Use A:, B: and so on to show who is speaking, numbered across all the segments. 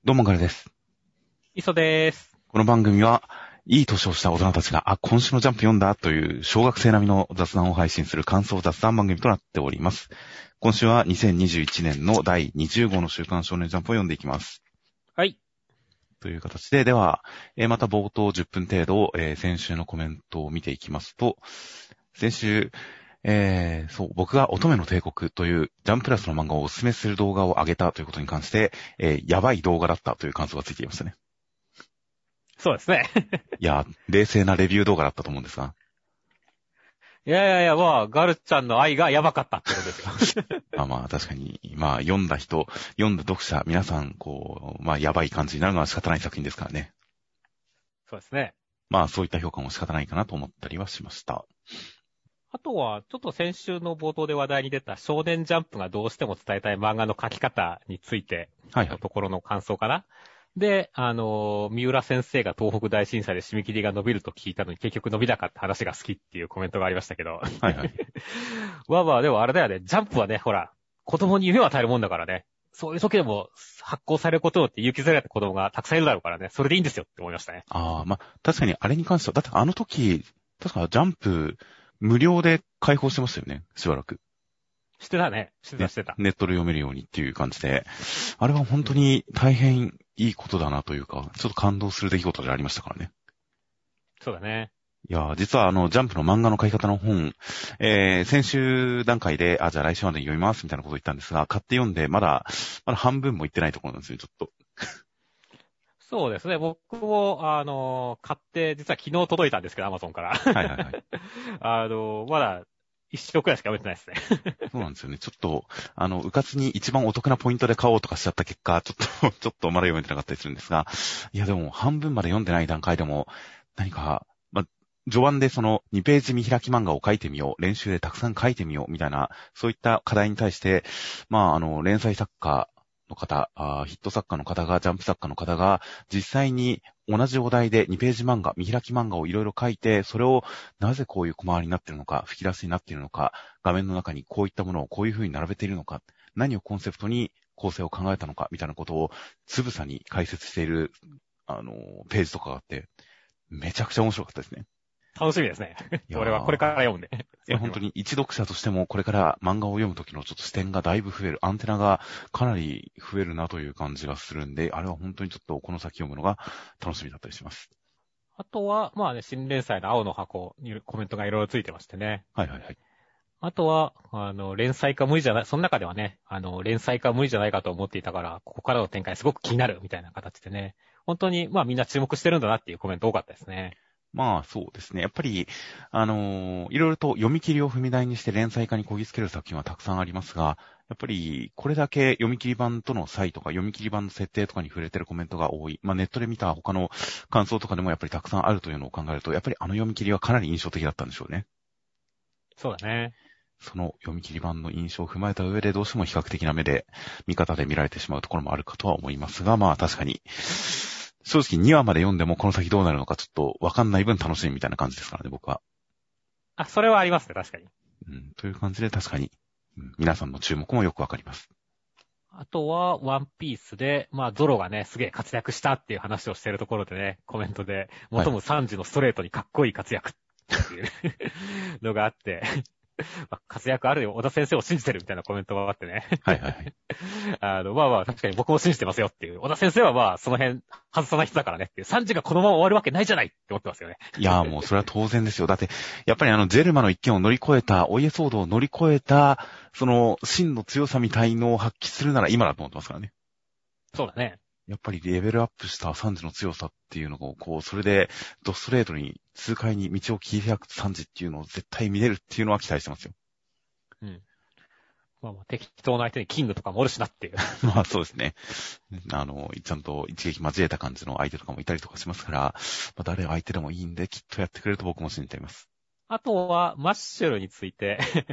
A: どうも、ガレです。
B: 磯です。
A: この番組は、いい年をした大人たちが、今週のジャンプ読んだという小学生並みの雑談を配信する感想雑談番組となっております。今週は2021年の第20号の週刊少年ジャンプを読んでいきます。
B: はい。
A: という形で、では、また冒頭10分程度、先週のコメントを見ていきますと、先週、僕が乙女の帝国というジャンプラスの漫画をおすすめする動画を上げたということに関して、やばい動画だったという感想がついていましたね。
B: そうですね。
A: いや、冷静なレビュー動画だったと思うんですが。
B: いや、まあ、ガルちゃんの愛がやばかったってことですよ。
A: まあ確かに、読んだ読者、皆さん、やばい感じになるのは仕方ない作品ですからね。
B: そうですね。
A: そういった評価も仕方ないかなと思ったりはしました。
B: あとは、ちょっと先週の冒頭で話題に出た少年ジャンプがどうしても伝えたい漫画の書き方についてのところの感想かな。で、三浦先生が東北大震災で締め切りが伸びると聞いたのに結局伸びなかった話が好きっていうコメントがありましたけど。
A: はいはい。
B: でもあれだよね。ジャンプはね、ほら、子供に夢を与えるもんだからね。そういう時でも発行されることによって勇気づらい子供がたくさんいるだろうからね。それでいいんですよって思いましたね。
A: 確かにあれに関しては、だってあの時、確かジャンプ、無料で開放してましたよね、しばらく。
B: してたね。してた。
A: ネットで読めるようにっていう感じで、あれは本当に大変いいことだなというか、ちょっと感動する出来事でありましたからね。
B: そうだね。
A: いや、実はジャンプの漫画の買い方の本、先週段階で、じゃあ来週までに読みますみたいなことを言ったんですが、買って読んで、まだ半分もいってないところなんですよ、ちょっと。
B: そうですね。僕も、買って、実は昨日届いたんですけど、アマゾンから。
A: はいはいはい。
B: まだ一章くらいしか読めてないですね。
A: そうなんですよね。ちょっと、うかつに一番お得なポイントで買おうとかしちゃった結果、ちょっとまだ読めてなかったりするんですが、いやでも半分まで読んでない段階でも、何か、序盤でその2ページ見開き漫画を書いてみよう、練習でたくさん書いてみよう、みたいな、そういった課題に対して、連載作家の方、ヒット作家の方が、ジャンプ作家の方が、実際に同じお題で2ページ漫画、見開き漫画をいろいろ書いて、それをなぜこういう小回りになっているのか、吹き出しになっているのか、画面の中にこういったものをこういう風に並べているのか、何をコンセプトに構成を考えたのか、みたいなことをつぶさに解説している、ページとかがあって、めちゃくちゃ面白かったですね。
B: 楽しみですね。俺はこれから読むんで。
A: いや、本当に一読者としてもこれから漫画を読むときのちょっと視点がだいぶ増える、アンテナがかなり増えるなという感じがするんで、あれは本当にちょっとこの先読むのが楽しみだったりします。
B: あとは、新連載の青の箱にコメントがいろいろついてましてね。
A: はいはいはい。
B: あとは、連載化無理じゃない、その中ではね、連載化無理じゃないかと思っていたから、ここからの展開すごく気になるみたいな形でね。本当に、みんな注目してるんだなっていうコメント多かったですね。
A: そうですね。やっぱり、いろいろと読み切りを踏み台にして連載化にこぎつける作品はたくさんありますが、やっぱり、これだけ読み切り版との差異とか、読み切り版の設定とかに触れてるコメントが多い。ネットで見た他の感想とかでもやっぱりたくさんあるというのを考えると、やっぱり読み切りはかなり印象的だったんでしょうね。
B: そうだね。
A: その読み切り版の印象を踏まえた上でどうしても比較的な目で、見方で見られてしまうところもあるかとは思いますが、確かに、正直2話まで読んでもこの先どうなるのかちょっとわかんない分楽しみみたいな感じですからね、僕は。
B: それはありますね、確かに。
A: という感じで確かに、皆さんの注目もよくわかります。
B: あとは、ワンピースで、ゾロがね、すげえ活躍したっていう話をしているところでね、コメントで、求む3時のストレートにかっこいい活躍っていうのがあって、活躍あるよ、小田先生を信じてるみたいなコメントがあってね。
A: はいはい
B: はい。確かに僕も信じてますよっていう。小田先生はその辺外さない人だからねっていう。3時がこのまま終わるわけないじゃないって思ってますよね。
A: いやもうそれは当然ですよ。だって、やっぱりジェルマの一件を乗り越えた、お家騒動を乗り越えた、その、真の強さみたいのを発揮するなら今だと思ってますからね。
B: そうだね。
A: やっぱりレベルアップしたサンジの強さっていうのを、それで、ドストレートに、痛快に道を切り開くサンジっていうのを絶対見れるっていうのは期待してますよ。
B: うん。適当な相手にキングとかもおるしなっていう。
A: そうですね。ちゃんと一撃交えた感じの相手とかもいたりとかしますから、誰相手でもいいんで、きっとやってくれると僕も信じています。
B: あとは、マッシュルについて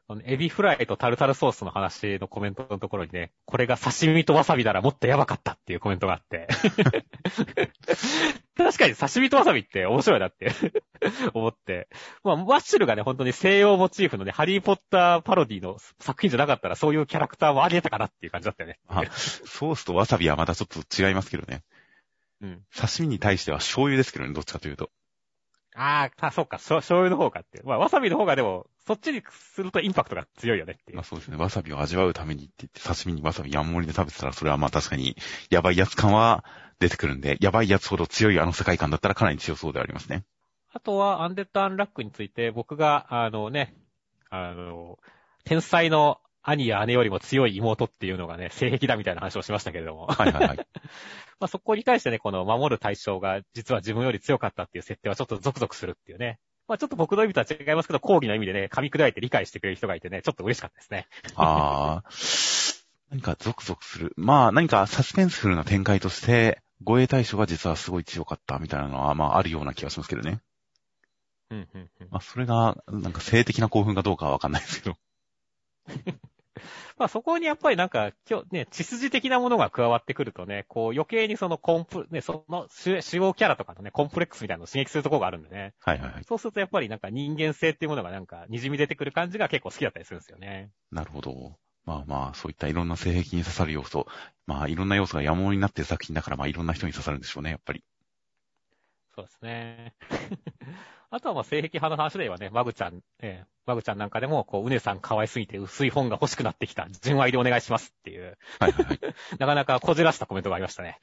B: エビフライとタルタルソースの話のコメントのところにね、これが刺身とわさびならもっとやばかったっていうコメントがあって。確かに刺身とわさびって面白いなって思って。まあ、ワッシュルがね、本当に西洋モチーフのね、ハリーポッターパロディの作品じゃなかったらそういうキャラクターもあり得たかなっていう感じだったよね。
A: ソースとわさびはまたちょっと違いますけどね。うん。刺身に対しては醤油ですけどね、どっちかというと。
B: そうか、醤油の方かっていう。まあ、わさびの方がでも、そっちにするとインパクトが強いよねっていう。
A: まあそうですね。わさびを味わうためにって言って、刺身にわさびやんもりで食べてたら、それはまあ確かに、やばいやつ感は出てくるんで、やばいやつほど強いあの世界観だったらかなり強そうでありますね。
B: あとは、アンデッド・アンラックについて、僕が、天才の兄や姉よりも強い妹っていうのがね、性癖だみたいな話をしましたけれども。
A: はいはいはい。
B: まあそこに対してね、この守る対象が実は自分より強かったっていう設定はちょっとゾクゾクするっていうね。まあちょっと僕の意味とは違いますけど、講義の意味でね、噛み砕いて理解してくれる人がいてね、ちょっと嬉しかったですね。
A: 何かゾクゾクする。まあ何かサスペンスフルな展開として、護衛対象が実はすごい強かったみたいなのは、まああるような気がしますけどね。まあそれが、なんか性的な興奮かどうかはわかんないですけど。
B: まあそこにやっぱりなんか、今日ね、血筋的なものが加わってくるとね、こう余計にそのその主要キャラとかのね、コンプレックスみたいなのを刺激するところがあるんでね。
A: はいはいはい。
B: そうするとやっぱりなんか人間性っていうものがなんか滲み出てくる感じが結構好きだったりするんですよね。
A: なるほど。まあまあ、そういったいろんな性癖に刺さる要素、まあいろんな要素が山盛りになっている作品だから、まあいろんな人に刺さるんでしょうね、やっぱり。
B: そうですね。あとはまあ性癖派の話で言えばね、マグちゃんなんかでも、こう、うねさん可愛すぎて薄い本が欲しくなってきた。純愛でお願いしますっていう。はいはいはい。なかなかこじらしたコメントがありましたね。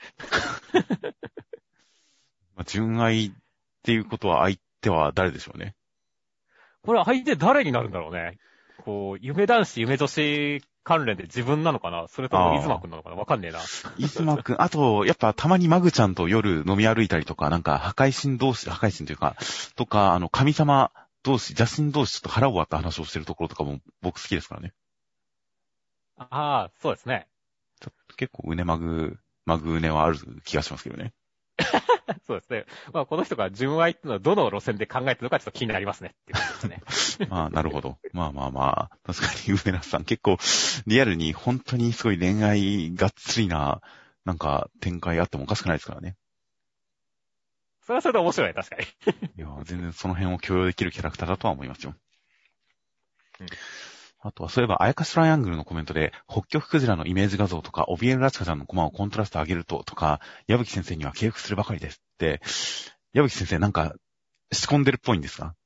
A: まあ、純愛っていうことは相手は誰でしょうね。
B: これは相手誰になるんだろうね。こう、夢男子、夢女子関連で自分なのかな、それともイズマくんなのかな、わかんねえな。
A: イズマくん、あと、やっぱたまにマグちゃんと夜飲み歩いたりとか、なんか破壊神というか、神様同士、邪神同士ちょっと腹を割った話をしてるところとかも僕好きですからね。
B: ああ、そうですね。
A: 結構うねマグうねはある気がしますけどね。
B: そうですね。まあ、この人が純愛っていうのはどの路線で考えてるのかちょっと気になりますね。っていうことですね。
A: まあ、なるほど。まあ、確かに上田さん結構リアルに本当にすごい恋愛がっつりな、なんか展開あってもおかしくないですからね。
B: それはそれで面白い、確かに。
A: いや、全然その辺を許容できるキャラクターだとは思いますよ。あとは、そういえば、あやかしトライアングルのコメントで、北極クジラのイメージ画像とか、オビエルラチカちゃんのコマをコントラスト上げるとか、矢吹先生には敬服するばかりですって、矢吹先生なんか、仕込んでるっぽいんですか？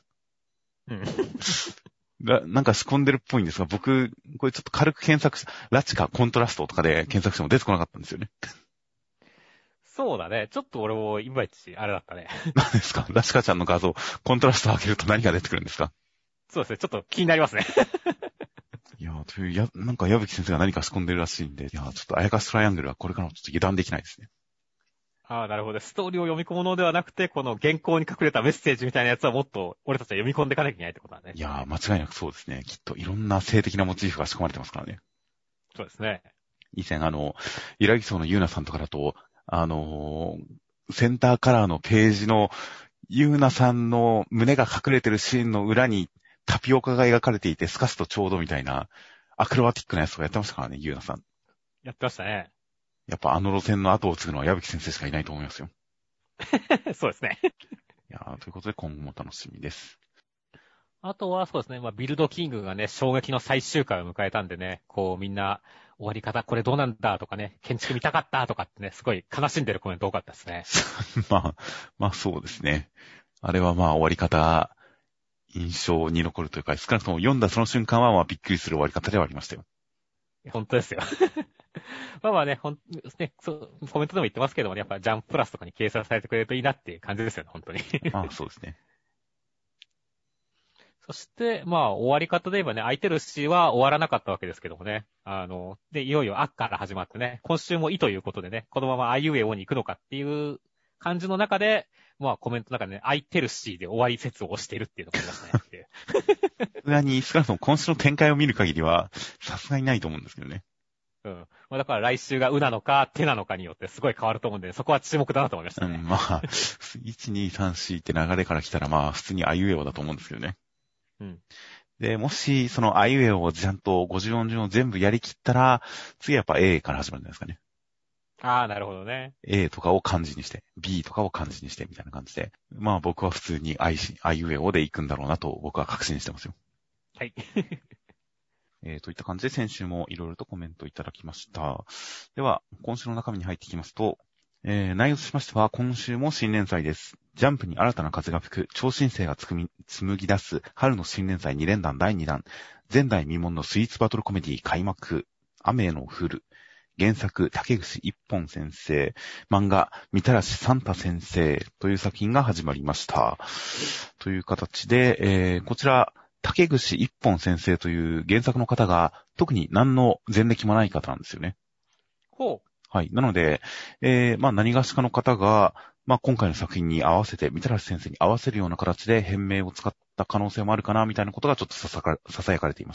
A: なんか仕込んでるっぽいんですが、僕、これちょっと軽く検索した、ラチカコントラストとかで検索しても出てこなかったんですよね。
B: そうだね。ちょっと俺もいまいち、あれだったね。
A: 何ですか？ラチカちゃんの画像、コントラスト上げると何が出てくるんですか？
B: そうですね。ちょっと気になりますね。
A: いや、なんか矢吹先生が何か仕込んでるらしいんで、いや、ちょっとあやかしトライアングルはこれからもちょっと油断できないですね。
B: ああ、なるほど。ストーリーを読み込むのではなくて、この原稿に隠れたメッセージみたいなやつはもっと俺たちは読み込んでいかなきゃいけないってことだね。
A: いやー、間違いなくそうですね。きっといろんな性的なモチーフが仕込まれてますからね。
B: そうですね。
A: 以前ゆらぎそうのゆうなさんとかだと、センターカラーのページのゆうなさんの胸が隠れてるシーンの裏にタピオカが描かれていて、透かすとちょうどみたいな、アクロバティックなやつとかやってましたからね、ゆうなさん。
B: やってましたね。
A: やっぱあの路線の後を継ぐのは矢吹先生しかいないと思いますよ。
B: そうですね。
A: いやー、ということで今後も楽しみです。
B: あとはそうですね、まあ、ビルドキングがね、衝撃の最終回を迎えたんでね、こうみんな終わり方これどうなんだとかね、建築見たかったとかってね、すごい悲しんでるコメント多かったですね。
A: まあそうですね。あれはまあ終わり方、印象に残るというか、少なくとも読んだその瞬間はまあびっくりする終わり方ではありましたよ。
B: 本当ですよ。まあね、コメントでも言ってますけどもね、やっぱジャンププラスとかに掲載されてくれるといいなっていう感じですよね、本当に。
A: まあそうですね。
B: そして、まあ終わり方で言えばね、空いてる詩は終わらなかったわけですけどもね。で、いよいよあから始まってね、今週もいということでね、このままあいうえおに行くのかっていう感じの中で、まあコメントの中でね、空いてる詩で終わり説を押してるっていうのがありますねっていう。
A: さすがに、少なくとも今週の展開を見る限りは、さすがにないと思うんですけどね。
B: うん。まあだから来週がうなのか、手なのかによってすごい変わると思うんで、そこは注目だなと思いましたね。
A: まあ、1、2、3、4って流れから来たらまあ、普通にあいうえおだと思うんですけどね。
B: うん。
A: で、もし、そのあいうえおをちゃんと50音順を全部やりきったら、次はやっぱ A から始まるんじゃないですかね。
B: ああ、なるほどね。
A: A とかを漢字にして、B とかを漢字にして、みたいな感じで。まあ僕は普通にあいうえおで行くんだろうなと僕は確信してますよ。
B: はい。
A: といった感じで先週もいろいろとコメントいただきました。では、今週の中身に入っていきますと、内容としましては、今週も新連載です。ジャンプに新たな風が吹く、超新星が紡ぎ出す、春の新連載2連弾第2弾、前代未聞のスイーツバトルコメディ開幕、雨の降る、原作、竹串一本先生、漫画、みたらしサンタ先生という作品が始まりました。という形で、こちら、竹串一本先生という原作の方が、特に何の前歴もない方なんですよね。
B: ほう。
A: はい。なので、何がしかの方が、今回の作品に合わせて、みたらし先生に合わせるような形で変名を使った可能性もあるかな、みたいなことがちょっと囁かれていました。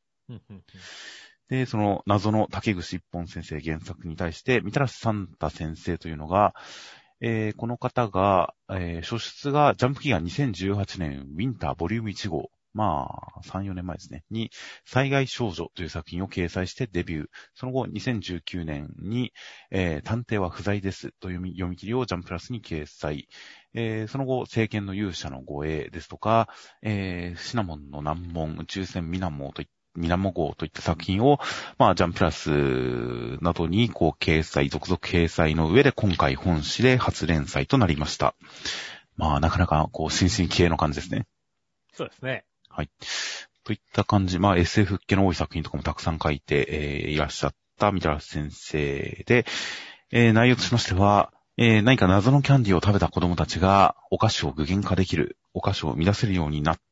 A: で、その謎の竹串一本先生原作に対して、みたらしサンタ先生というのが、この方が、初出がジャンプ期間2018年ウィンターボリューム1号、3、4年前ですね、に、災害少女という作品を掲載してデビュー。その後、2019年に、探偵は不在ですという読み切りをジャンププラスに掲載。その後、聖剣の勇者の護衛ですとか、シナモンの難問、宇宙船ミナモ号といった作品を、ジャンププラスなどに続々掲載の上で今回本誌で初連載となりました。なかなか新進気鋭の感じですね。
B: そうですね。
A: はい。といった感じ、SF 系の多い作品とかもたくさん書いて、いらっしゃったみたらし先生で、内容としましては、何か謎のキャンディーを食べた子供たちがお菓子を具現化できる、お菓子を生み出せるようになった、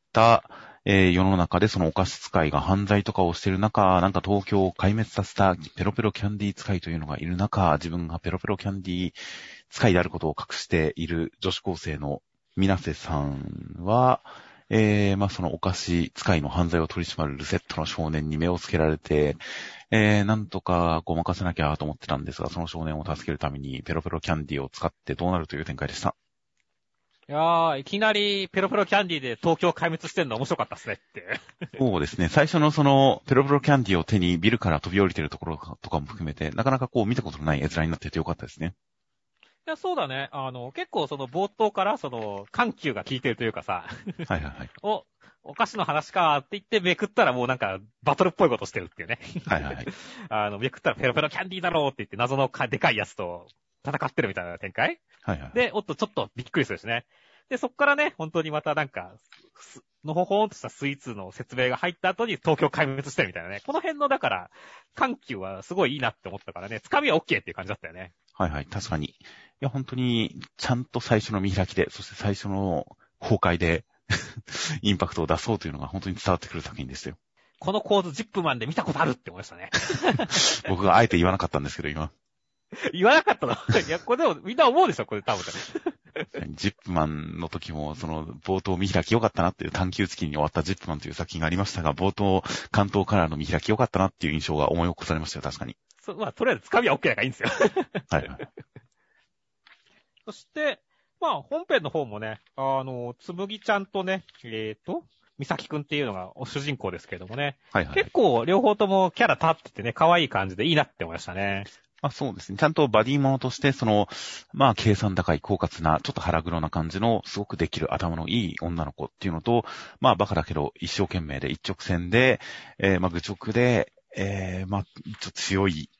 A: 世の中でそのお菓子使いが犯罪とかをしている中、なんか東京を壊滅させたペロペロキャンディー使いというのがいる中、自分がペロペロキャンディー使いであることを隠している女子高生のみなせさんは、そのお菓子使いの犯罪を取り締まるルセットの少年に目をつけられて、なんとかごまかせなきゃと思ってたんですが、その少年を助けるためにペロペロキャンディーを使ってどうなるという展開でした。
B: いやー、いきなりペロペロキャンディーで東京壊滅してんの面白かったっすねって。
A: そうですね。最初のそのペロペロキャンディーを手にビルから飛び降りてるところとかも含めて、なかなか見たことのない絵面になっててよかったですね。
B: いや、そうだね。結構その冒頭から緩急が効いてるというかさ。
A: はいはいはい。
B: お菓子の話かって言ってめくったらもうなんかバトルっぽいことしてるっていうね。
A: はいはいはい。
B: めくったらペロペロキャンディーだろうって言って謎のでかいやつと戦ってるみたいな展開。
A: はいはい。
B: で、ちょっとびっくりするしね。で、そっからね、本当にまたなんか、のほほんとしたスイーツの説明が入った後に東京壊滅してるみたいなね。この辺のだから、緩急はすごいいいなって思ったからね、つかみは OK っていう感じだったよね。
A: はいはい、確かに。いや、本当に、ちゃんと最初の見開きで、そして最初の公開で、インパクトを出そうというのが本当に伝わってくる作品ですよ。
B: この構図ジップマンで見たことあるって思いましたね。
A: 僕があえて言わなかったんですけど、今。
B: 言わなかったのいや、これでもみんな思うでしょ、これ多分。
A: ジップマンの時も、その冒頭見開き良かったなっていう探求月に終わったジップマンという作品がありましたが、冒頭関東カラーの見開き良かったなっていう印象が思い起こされましたよ、確かに。
B: とりあえずつかみは OK だからいいんですよ。
A: はいはい。
B: そして、本編の方もね、つむぎちゃんとね、みさきくんっていうのが主人公ですけれどもね。
A: はいはい。
B: 結構両方ともキャラ立っててね、可愛い感じでいいなって思いましたね。
A: そうですね。ちゃんとバディモノとして、計算高い、狡猾な、ちょっと腹黒な感じの、すごくできる頭のいい女の子っていうのと、バカだけど一生懸命で一直線で、愚直で、ちょっと強い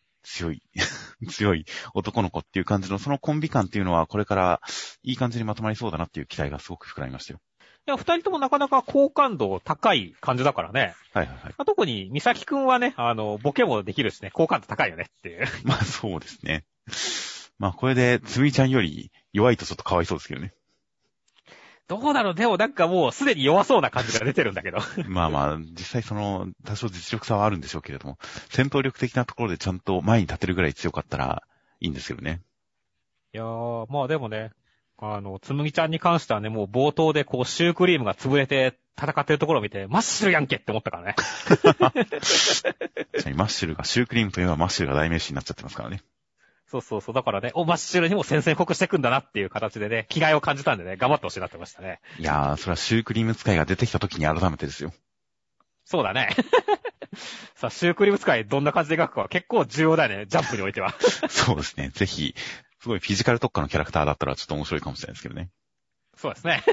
A: 男の子っていう感じの、そのコンビ感っていうのは、これからいい感じにまとまりそうだなっていう期待がすごく膨らみましたよ。
B: いや、二人ともなかなか好感度高い感じだからね。
A: はいはいはい。
B: 特に、みさきくんはね、ボケもできるしね、好感度高いよねっていう。
A: そうですね。これで、つむぎちゃんより弱いとちょっとかわいそうですけどね。
B: どうだろう、でもなんかもうすでに弱そうな感じが出てるんだけど。
A: 実際多少実力差はあるんでしょうけれども、戦闘力的なところでちゃんと前に立てるぐらい強かったらいいんですけどね。
B: いやー、でもね、つむぎちゃんに関してはね、もう冒頭でシュークリームが潰れて戦ってるところを見て、マッシュルやんけって思ったからね。
A: マッシュルが、シュークリームといえばマッシュルが代名詞になっちゃってますからね。
B: そう。だからね、マッシュルにも宣戦布告していくんだなっていう形でね、気概を感じたんでね、頑張ってほしいなってましたね。
A: いやー、それはシュークリーム使いが出てきた時に改めてですよ。
B: そうだね。さあ、シュークリーム使いどんな感じで描くかは結構重要だよね、ジャンプにおいては。
A: そうですね。ぜひ、すごいフィジカル特化のキャラクターだったらちょっと面白いかもしれないですけどね。
B: そうですね。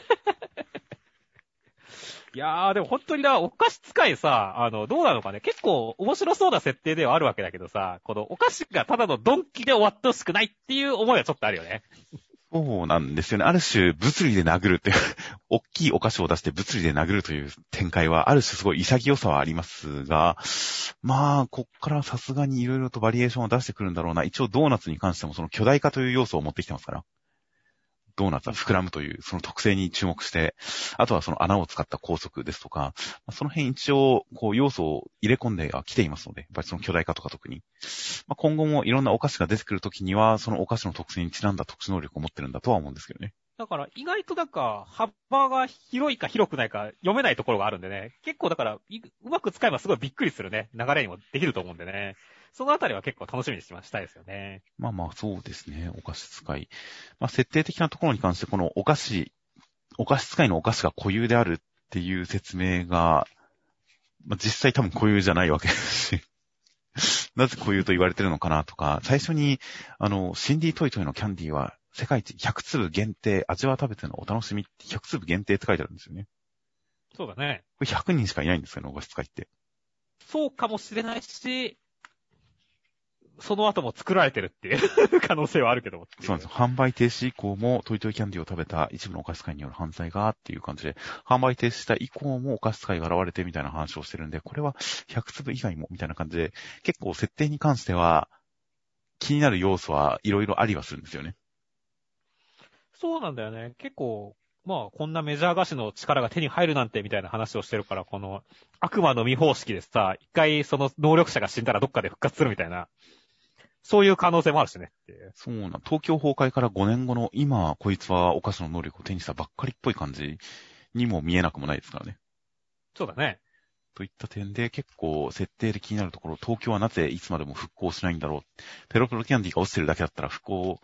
B: いやー、でも本当にな、お菓子使いさ、どうなのかね。結構面白そうな設定ではあるわけだけどさ、このお菓子がただのドンキで終わってほしくないっていう思いはちょっとあるよね。
A: そうなんですよね。ある種、物理で殴るっていう、大きいお菓子を出して物理で殴るという展開は、ある種すごい潔さはありますが、まあ、こっからさすがにいろいろとバリエーションを出してくるんだろうな。一応ドーナツに関してもその巨大化という要素を持ってきてますから。ドーナツは膨らむというその特性に注目して、あとはその穴を使った高速ですとか、その辺一応こう要素を入れ込んではきていますので、やっぱりその巨大化とか特に。今後もいろんなお菓子が出てくるときには、そのお菓子の特性にちなんだ特殊能力を持ってるんだとは思うんですけどね。
B: だから意外と幅が広いか広くないか読めないところがあるんでね。結構だからうまく使えばすごいびっくりするね。流れにもできると思うんでね。そのあたりは結構楽しみにしたいですよね。
A: そうですね。お菓子使い。設定的なところに関して、このお菓子使いのお菓子が固有であるっていう説明が、実際多分固有じゃないわけですし。なぜ固有と言われてるのかなとか、最初に、シンディトイトイのキャンディーは世界一100粒限定、味は食べてのお楽しみって100粒限定って書いてあるんですよね。
B: そうだね。
A: これ100人しかいないんですよね、お菓子使いって。
B: そうかもしれないし、その後も作られてるっていう可能性はあるけども。
A: そうなんですよ。販売停止以降もトイトイキャンディーを食べた一部のお菓子使いによる犯罪がっていう感じで、販売停止した以降もお菓子使いが現れてみたいな話をしてるんで、これは100粒以外もみたいな感じで、結構設定に関しては気になる要素はいろいろありはするんですよね。
B: そうなんだよね。結構、こんなメジャー菓子の力が手に入るなんてみたいな話をしてるから、この悪魔の実方式でさ、一回その能力者が死んだらどっかで復活するみたいな、そういう可能性もあるしねっていう。
A: そうな、東京崩壊から5年後の今、こいつはお菓子の能力を手にしたばっかりっぽい感じにも見えなくもないですからね。
B: そうだね。
A: といった点で結構設定で気になるところ、東京はなぜいつまでも復興しないんだろう。ペロペロキャンディーが落ちてるだけだったら復興、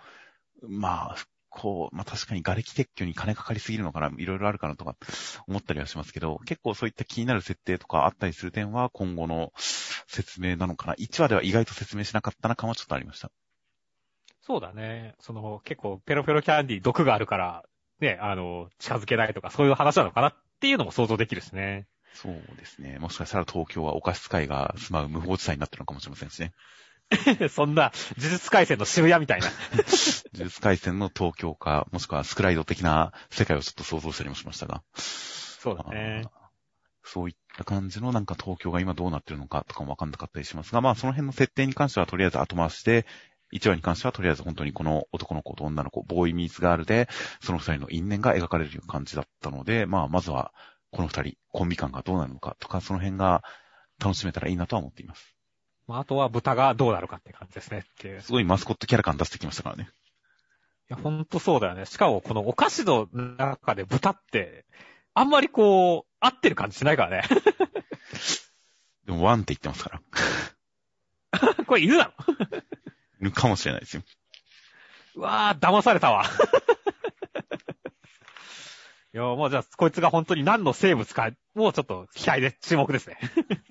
A: 確かに瓦礫撤去に金かかりすぎるのかな、いろいろあるかなとか思ったりはしますけど、結構そういった気になる設定とかあったりする点は今後の説明なのかな。1話では意外と説明しなかったな感はちょっとありました。
B: そうだね。結構ペロペロキャンディー毒があるから、ね、近づけないとか、そういう話なのかなっていうのも想像できるしね。
A: そうですね。もしかしたら東京はお菓子使いが住まう無法地帯になってるのかもしれませんしね。
B: そんな、呪術廻戦の渋谷みたいな。
A: 呪術廻戦の東京か、もしくはスクライド的な世界をちょっと想像したりもしましたが。
B: そうだね。
A: そういった感じの東京が今どうなってるのかとかもわかんなかったりしますが、その辺の設定に関してはとりあえず後回しで、1話に関してはとりあえず本当にこの男の子と女の子、ボーイミーツガールで、その2人の因縁が描かれる感じだったので、まずはこの2人、コンビ感がどうなるのかとか、その辺が楽しめたらいいなとは思っています。
B: あとは豚がどうなるかって感じですねっていう。
A: すごいマスコットキャラ感出してきましたからね。
B: いや、ほんとそうだよね。しかもこのお菓子の中で豚って、あんまり合ってる感じしないからね。
A: でもワンって言ってますから。
B: これ犬なの
A: 犬かもしれないですよ。
B: うわー、騙されたわ。いや、もうじゃあ、こいつが本当に何の生物か、もうちょっと期待で注目ですね。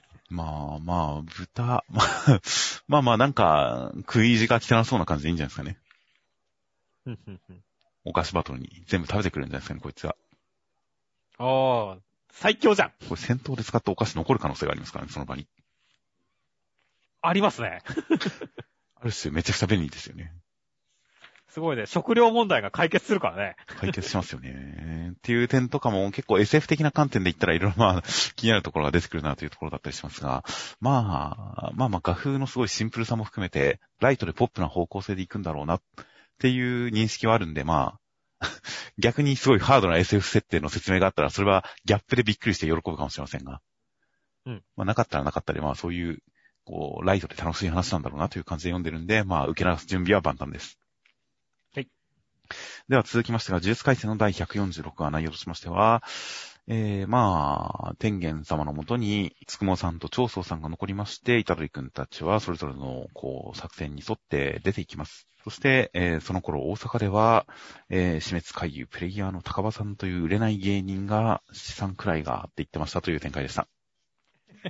A: 豚、なんか、食い意地が汚そうな感じでいいんじゃないですかね。お菓子バトルに全部食べてくれるんじゃないですかね、こいつは。
B: ああ、最強じゃん。
A: これ戦闘で使ったお菓子残る可能性がありますからね、その場に。
B: ありますね。
A: ある種めちゃくちゃ便利ですよね。
B: すごいね。食料問題が解決するからね。
A: 解決しますよね。っていう点とかも結構 SF 的な観点で言ったらいろいろ気になるところが出てくるなというところだったりしますが、画風のすごいシンプルさも含めて、ライトでポップな方向性でいくんだろうなっていう認識はあるんで、逆にすごいハードな SF 設定の説明があったら、それはギャップでびっくりして喜ぶかもしれませんが。なかったらなかったで、そういう、ライトで楽しい話なんだろうなという感じで読んでるんで、受け流す準備は万端です。
B: はい。
A: では続きましてが、呪術廻戦の第146話内容としましては、天元様のもとに、つくもさんと長宗さんが残りまして、イタドリ君たちはそれぞれの、作戦に沿って出ていきます。そして、その頃大阪では、死滅回遊プレイヤーの高場さんという売れない芸人が資産くらいがあって言ってましたという展開でした。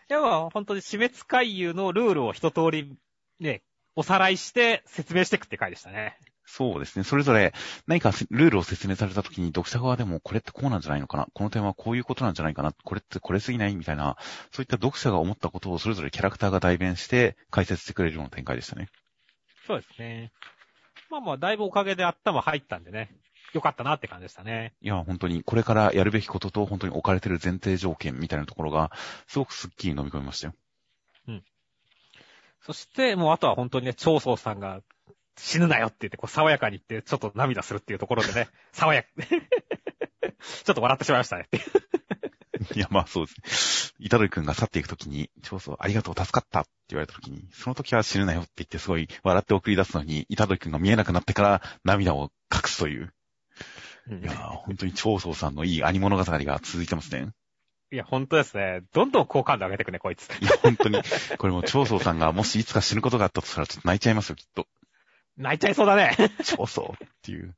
B: いや、まあ、本当に死滅回遊のルールを一通りね、おさらいして説明していくって回でしたね。
A: そうですね。それぞれ何かルールを説明されたときに読者側でもこれってこうなんじゃないのかな、この点はこういうことなんじゃないかな、これってこれすぎないみたいな、そういった読者が思ったことをそれぞれキャラクターが代弁して解説してくれるような展開でしたね。
B: そうですね。まあまあ、だいぶおかげで頭入ったんでね。よかったなって感じでしたね。
A: いや、本当にこれからやるべきことと本当に置かれてる前提条件みたいなところがすごくスッキリ飲み込みましたよ。
B: うん。そして、もうあとは本当にね、長宗さんが死ぬなよって言って、こう、爽やかに言って、ちょっと涙するっていうところでね、爽やか、ちょっと笑ってしまいましたね。
A: いや、まあそうですね。イタドリ君が去っていくときに、長宗ありがとう、助かったって言われたときに、その時は死ぬなよって言ってすごい笑って送り出すのに、イタドリ君が見えなくなってから涙を隠すという。いやー、本当に長宗さんのいい兄物語が続いてますね。
B: いや、本当ですね。どんどん好感度上げてくね、こいつ。
A: いや、本当に。これも長宗さんがもしいつか死ぬことがあったとしたらちょっと泣いちゃいますよ、きっと。
B: 泣いちゃいそうだね。
A: 長宗っていう。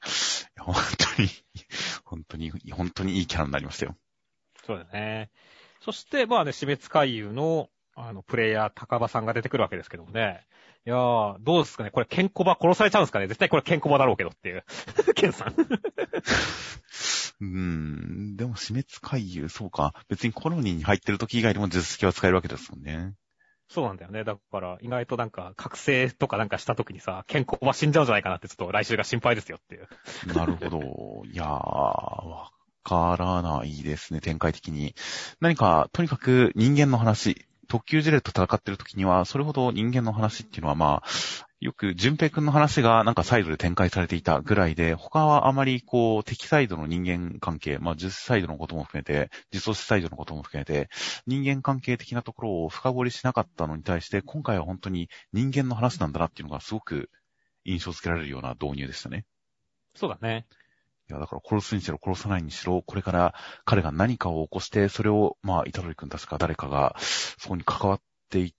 A: 本当にいいキャラになりましたよ。
B: そうだね。そして、まあね、死滅回遊の、プレイヤー、高場さんが出てくるわけですけどもね。いやー、どうですかねこれ、ケンコバ殺されちゃうんですかね絶対これケンコバだろうけどっていう。ケンさん。
A: でも死滅回遊、そうか。別にコロニーに入ってる時以外でも術式は使えるわけですもんね。
B: そうなんだよね。だから、意外となんか、覚醒とかなんかした時にさ、ケンコバ死んじゃうんじゃないかなってちょっと来週が心配ですよっていう。
A: なるほど。いやー、わからないですね、展開的に。何か、とにかく人間の話、特級ジレと戦ってる時には、それほど人間の話っていうのはまあ、よく、淳平くんの話がなんかサイドで展開されていたぐらいで、他はあまりこう、敵サイドの人間関係、まあ、実サイドのことも含めて、実装サイドのことも含めて、人間関係的なところを深掘りしなかったのに対して、今回は本当に人間の話なんだなっていうのがすごく印象付けられるような導入でしたね。
B: そうだね。
A: いや、だから殺すにしろ殺さないにしろ、これから彼が何かを起こして、それを、まあ、イタドリ君確か誰かが、そこに関わっていって、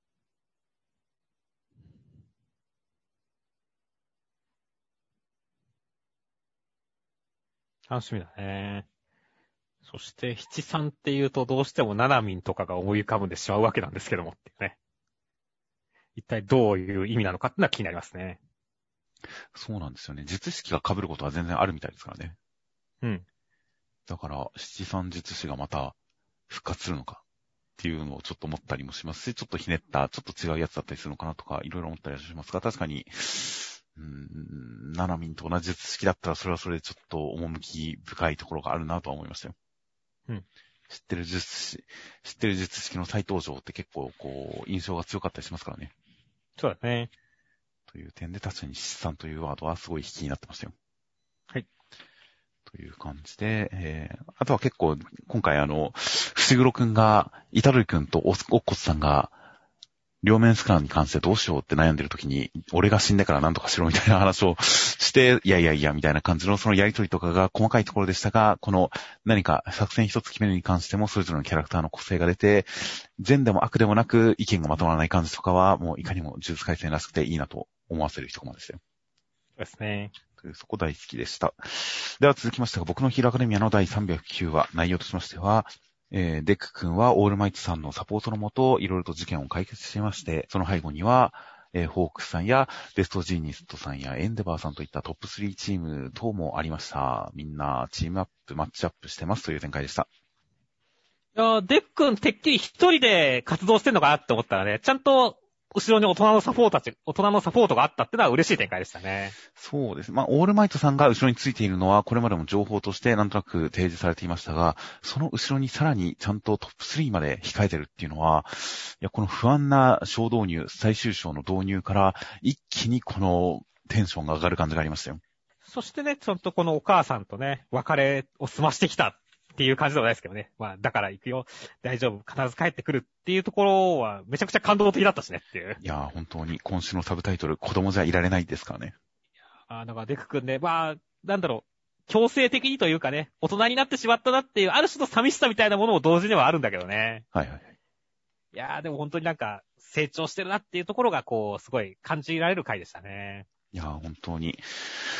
B: 楽しみだね。そして、七三っていうとどうしてもナナミンとかが思い浮かぶんでしまうわけなんですけどもっていうね。一体どういう意味なのかっていうのは気になりますね。
A: そうなんですよね。術式が被ることは全然あるみたいですからね。
B: うん。
A: だから、七三術師がまた復活するのかっていうのをちょっと思ったりもしますし、ちょっとひねった、ちょっと違うやつだったりするのかなとか、いろいろ思ったりはしますが、確かに、ナナミンと同じ術式だったら、それはそれでちょっと趣深いところがあるなとは思いましたよ。
B: うん。
A: 知ってる術式の再登場って結構、こう、印象が強かったりしますからね。
B: そうだね。
A: という点で、確かに七三というワードはすごい引きになってましたよ。
B: はい。
A: という感じで、あとは結構、今回伏黒くんが、イタドリくんとオッコスさんが、両面スカンに関してどうしようって悩んでる時に、俺が死んでから何とかしろみたいな話をして、いやいやいやみたいな感じのそのやりとりとかが細かいところでしたが、この何か作戦一つ決めるに関してもそれぞれのキャラクターの個性が出て、善でも悪でもなく意見がまとまらない感じとかは、もういかにも呪術廻戦らしくていいなと思わせる一コマでしたよ。
B: そうですね。
A: そこ大好きでした。では続きましてが、僕のヒーローアカデミアの第309話、内容としましては、デック君はオールマイトさんのサポートのもと、いろいろと事件を解決していまして、その背後には、ホークスさんやベストジーニストさんやエンデバーさんといったトップ3チーム等もありました。みんなチームアップ、マッチアップしてますという展開でした。
B: いやデックンてっきり一人で活動してんのかなって思ったらね、ちゃんと後ろに大人のサポートがあったってのは嬉しい展開でしたね。
A: そうです。まあ、オールマイトさんが後ろについているのは、これまでも情報としてなんとなく提示されていましたが、その後ろにさらにちゃんとトップ3まで控えてるっていうのは、いや、この不安な小導入、最終章の導入から、一気にこのテンションが上がる感じがありましたよ。
B: そしてね、ちゃんとこのお母さんとね、別れを済ましてきたっていう感じではないですけどね。まあ、だから行くよ。大丈夫。必ず帰ってくるっていうところは、めちゃくちゃ感動的だったしねっていう。
A: いやー、本当に今週のサブタイトル、子供じゃいられないですからね。
B: だからデク君ね、まあ、なんだろう。強制的にというかね、大人になってしまったなっていう、ある種の寂しさみたいなものも同時にはあるんだけどね。
A: はいはい。
B: いやー、でも本当になんか、成長してるなっていうところが、こう、すごい感じられる回でしたね。
A: いやー、本当に。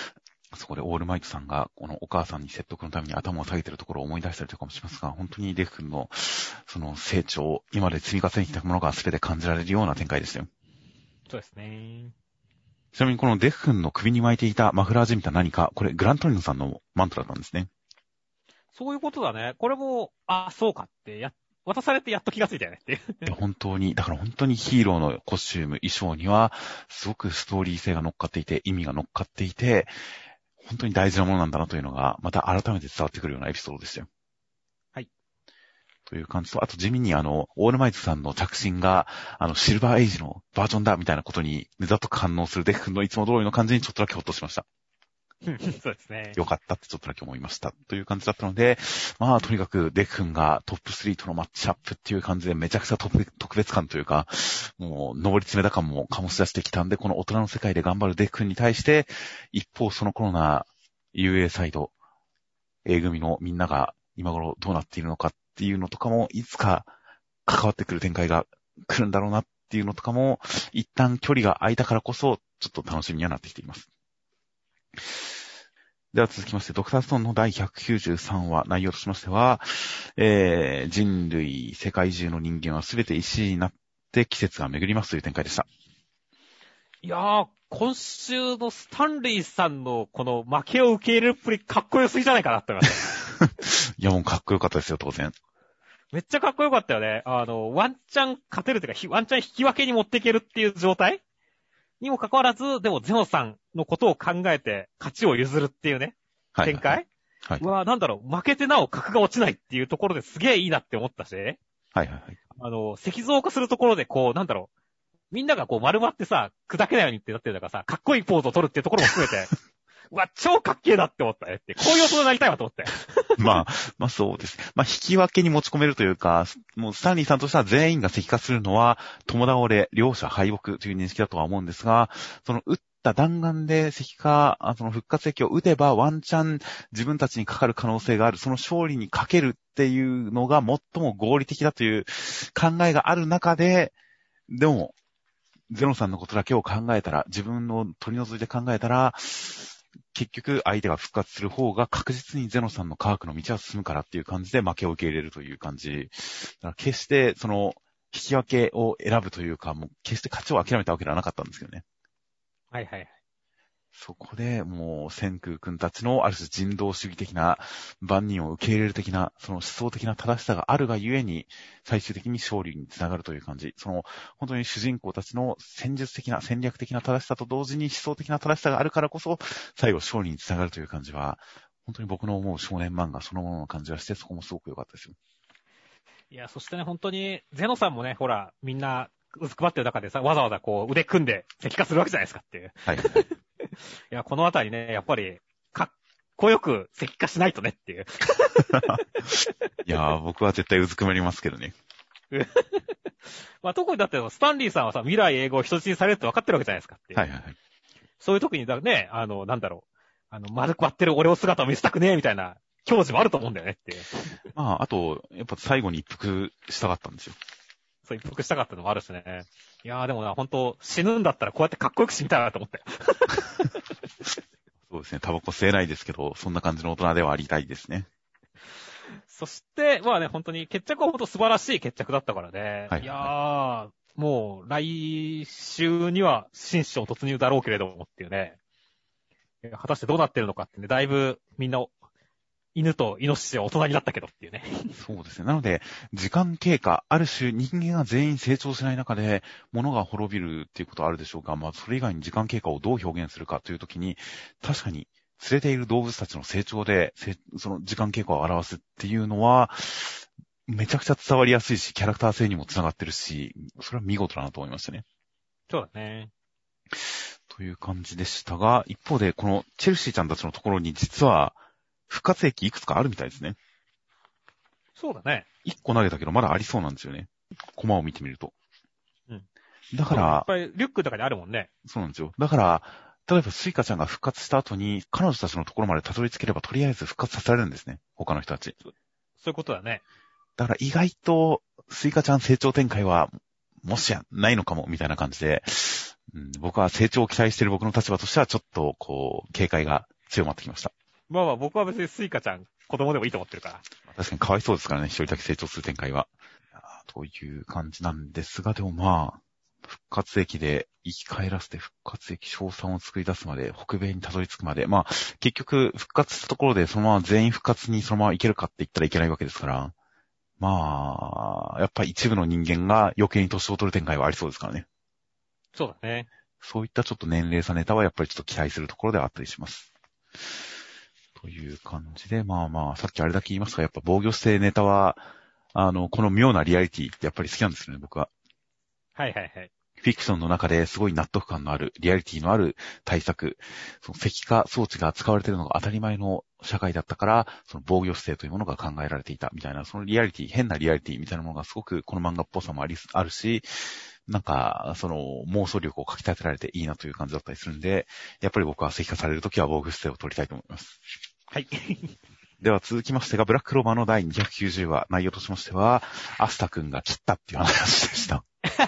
A: そこでオールマイトさんが、このお母さんに説得のために頭を下げてるところを思い出したりとかもしますが、本当にデク君の、その成長、今まで積み重ねてきたものが全て感じられるような展開でしたよ。
B: そうですね。
A: ちなみにこのデク君の首に巻いていたマフラーじみた何か、これグラントリノさんのマントだったんですね。
B: そういうことだね。これも、そうかって渡されてやっと気がついたよねっていう。
A: いや本当に、だから本当にヒーローのコスチューム、衣装には、すごくストーリー性が乗っかっていて、意味が乗っかっていて、本当に大事なものなんだなというのが、また改めて伝わってくるようなエピソードでしたよ。
B: はい。
A: という感じと、あと地味にオールマイトさんの着信が、シルバーエイジのバージョンだみたいなことに、目ざとく反応するデク君のいつも通りの感じにちょっとだけほっとしました。
B: そうですね。
A: よかったってちょっとだけ思いました。という感じだったので、まあとにかくデク君がトップ3とのマッチアップっていう感じでめちゃくちゃ特別感というか、もう上り詰めた感も醸し出してきたんで、この大人の世界で頑張るデク君に対して、一方その頃な UA サイド、A 組のみんなが今頃どうなっているのかっていうのとかも、いつか関わってくる展開が来るんだろうなっていうのとかも、一旦距離が空いたからこそ、ちょっと楽しみにはなってきています。では続きまして、ドクターストーンの第193話、内容としましては、人類、世界中の人間はすべて石になって季節が巡りますという展開でした。
B: いやー、今週のスタンリーさんのこの負けを受け入れるっぷりかっこよすぎじゃないかなって思いました。
A: いや、もうかっこよかったですよ、当然。
B: めっちゃかっこよかったよね。ワンチャン勝てるというか、ワンチャン引き分けに持っていけるっていう状態にもかかわらず、でもゼノさんのことを考えて勝ちを譲るっていうね、展開、
A: はい。
B: うわ、なんだろう、負けてなお格が落ちないっていうところですげえいいなって思ったし、
A: はいはいはい。
B: 石像化するところでこう、なんだろう、みんながこう丸まってさ、砕けないようにってなってるからさ、かっこいいポーズを取るっていうところも含めて、うわ、超かっけえなって思ったねって。こういう大人になりたいわと思って。
A: まあそうです。まあ引き分けに持ち込めるというか、もうスタンリーさんとしては全員が石化するのは、共倒れ、両者敗北という認識だとは思うんですが、その打った弾丸で石化、その復活石を打てばワンチャン自分たちにかかる可能性がある、その勝利にかけるっていうのが最も合理的だという考えがある中で、でも、ゼノさんのことだけを考えたら、自分の取り除いて考えたら、結局相手が復活する方が確実にゼノさんの科学の道は進むからっていう感じで負けを受け入れるという感じ。だから決してその引き分けを選ぶというか、もう決して勝ちを諦めたわけではなかったんですけどね。
B: はいはいはい。
A: そこでもう千空君たちのある種人道主義的な万人を受け入れる的なその思想的な正しさがあるがゆえに最終的に勝利につながるという感じ。その本当に主人公たちの戦術的な戦略的な正しさと同時に思想的な正しさがあるからこそ最後勝利につながるという感じは本当に僕の思う少年漫画そのものの感じがしてそこもすごく良かったですよ。
B: いや、そしてね、本当に、ゼノさんもね、ほら、みんな、うずくばってる中でさ、わざわざこう、腕組んで石化するわけじゃないですかっていう。
A: はい。い
B: や、このあたりね、やっぱり、かっこよく石化しないとねっていう。
A: いやー、僕は絶対うずくまりますけどね。
B: まあ、特にだって、スタンリーさんはさ、未来永劫を人質にされるって分かってるわけじゃないですかっていう。
A: はいはいはい。
B: そういう時に、だからね、なんだろう、丸く割ってる俺を姿を見せたくねえみたいな、教示もあると思うんだよねっていう。
A: まあ、あと、やっぱ最後に一服したかったんですよ。
B: そう、一服したかったのもあるしね。いやーでもな、ほんと、死ぬんだったらこうやってかっこよく死にたいなと思って。
A: そうですね。タバコ吸えないですけど、そんな感じの大人ではありたいですね。
B: そして、まあね、本当に決着は本当素晴らしい決着だったからね。
A: はい
B: いやー、もう来週には新章突入だろうけれどもっていうね。果たしてどうなってるのかってね、だいぶみんな犬とイノシシは大人になったけどっていうね。
A: そうですね。なので、時間経過、ある種人間が全員成長しない中で、物が滅びるっていうことはあるでしょうが、まあ、それ以外に時間経過をどう表現するかというときに、確かに、連れている動物たちの成長で、その時間経過を表すっていうのは、めちゃくちゃ伝わりやすいし、キャラクター性にもつながってるし、それは見事だなと思いましたね。
B: そうだね。
A: という感じでしたが、一方で、このチェルシーちゃんたちのところに実は、復活液いくつかあるみたいですね。
B: そうだね。
A: 1個投げたけどまだありそうなんですよね。コマを見てみると。
B: うん。
A: だから、
B: やっぱりリュックとかにあるもんね。
A: そうなんですよ。だから、例えばスイカちゃんが復活した後に、彼女たちのところまでたどり着ければ、とりあえず復活させられるんですね。他の人たち。
B: そういうことだね。
A: だから意外と、スイカちゃん成長展開は、もしやないのかも、みたいな感じで、僕は成長を期待している僕の立場としては、ちょっと、こう、警戒が強まってきました。
B: まあまあ僕は別にスイカちゃん子供でもいいと思ってるから。
A: 確かにかわいそうですからね、一人だけ成長する展開は。という感じなんですが、でもまあ、復活駅で生き返らせて復活駅賞賛を作り出すまで、北米にたどり着くまで、まあ、結局復活したところでそのまま全員復活にそのままいけるかって言ったらいけないわけですから、まあ、やっぱり一部の人間が余計に年を取る展開はありそうですからね。
B: そうだね。
A: そういったちょっと年齢差ネタはやっぱりちょっと期待するところではあったりします。という感じで、まあまあ、さっきあれだけ言いますが、やっぱ防御姿勢ネタは、この妙なリアリティってやっぱり好きなんですよね、僕は。
B: はいはいはい。
A: フィクションの中ですごい納得感のある、リアリティのある対策、その石化装置が使われているのが当たり前の社会だったから、その防御姿勢というものが考えられていたみたいな、そのリアリティ、変なリアリティみたいなものがすごくこの漫画っぽさもあるし、なんか、その妄想力をかき立てられていいなという感じだったりするんで、やっぱり僕は石化されるときは防御姿勢を取りたいと思います。
B: はい。
A: では続きましてが、ブラッククローバーの第290話、内容としましては、アスタ君が切ったっていう話でした。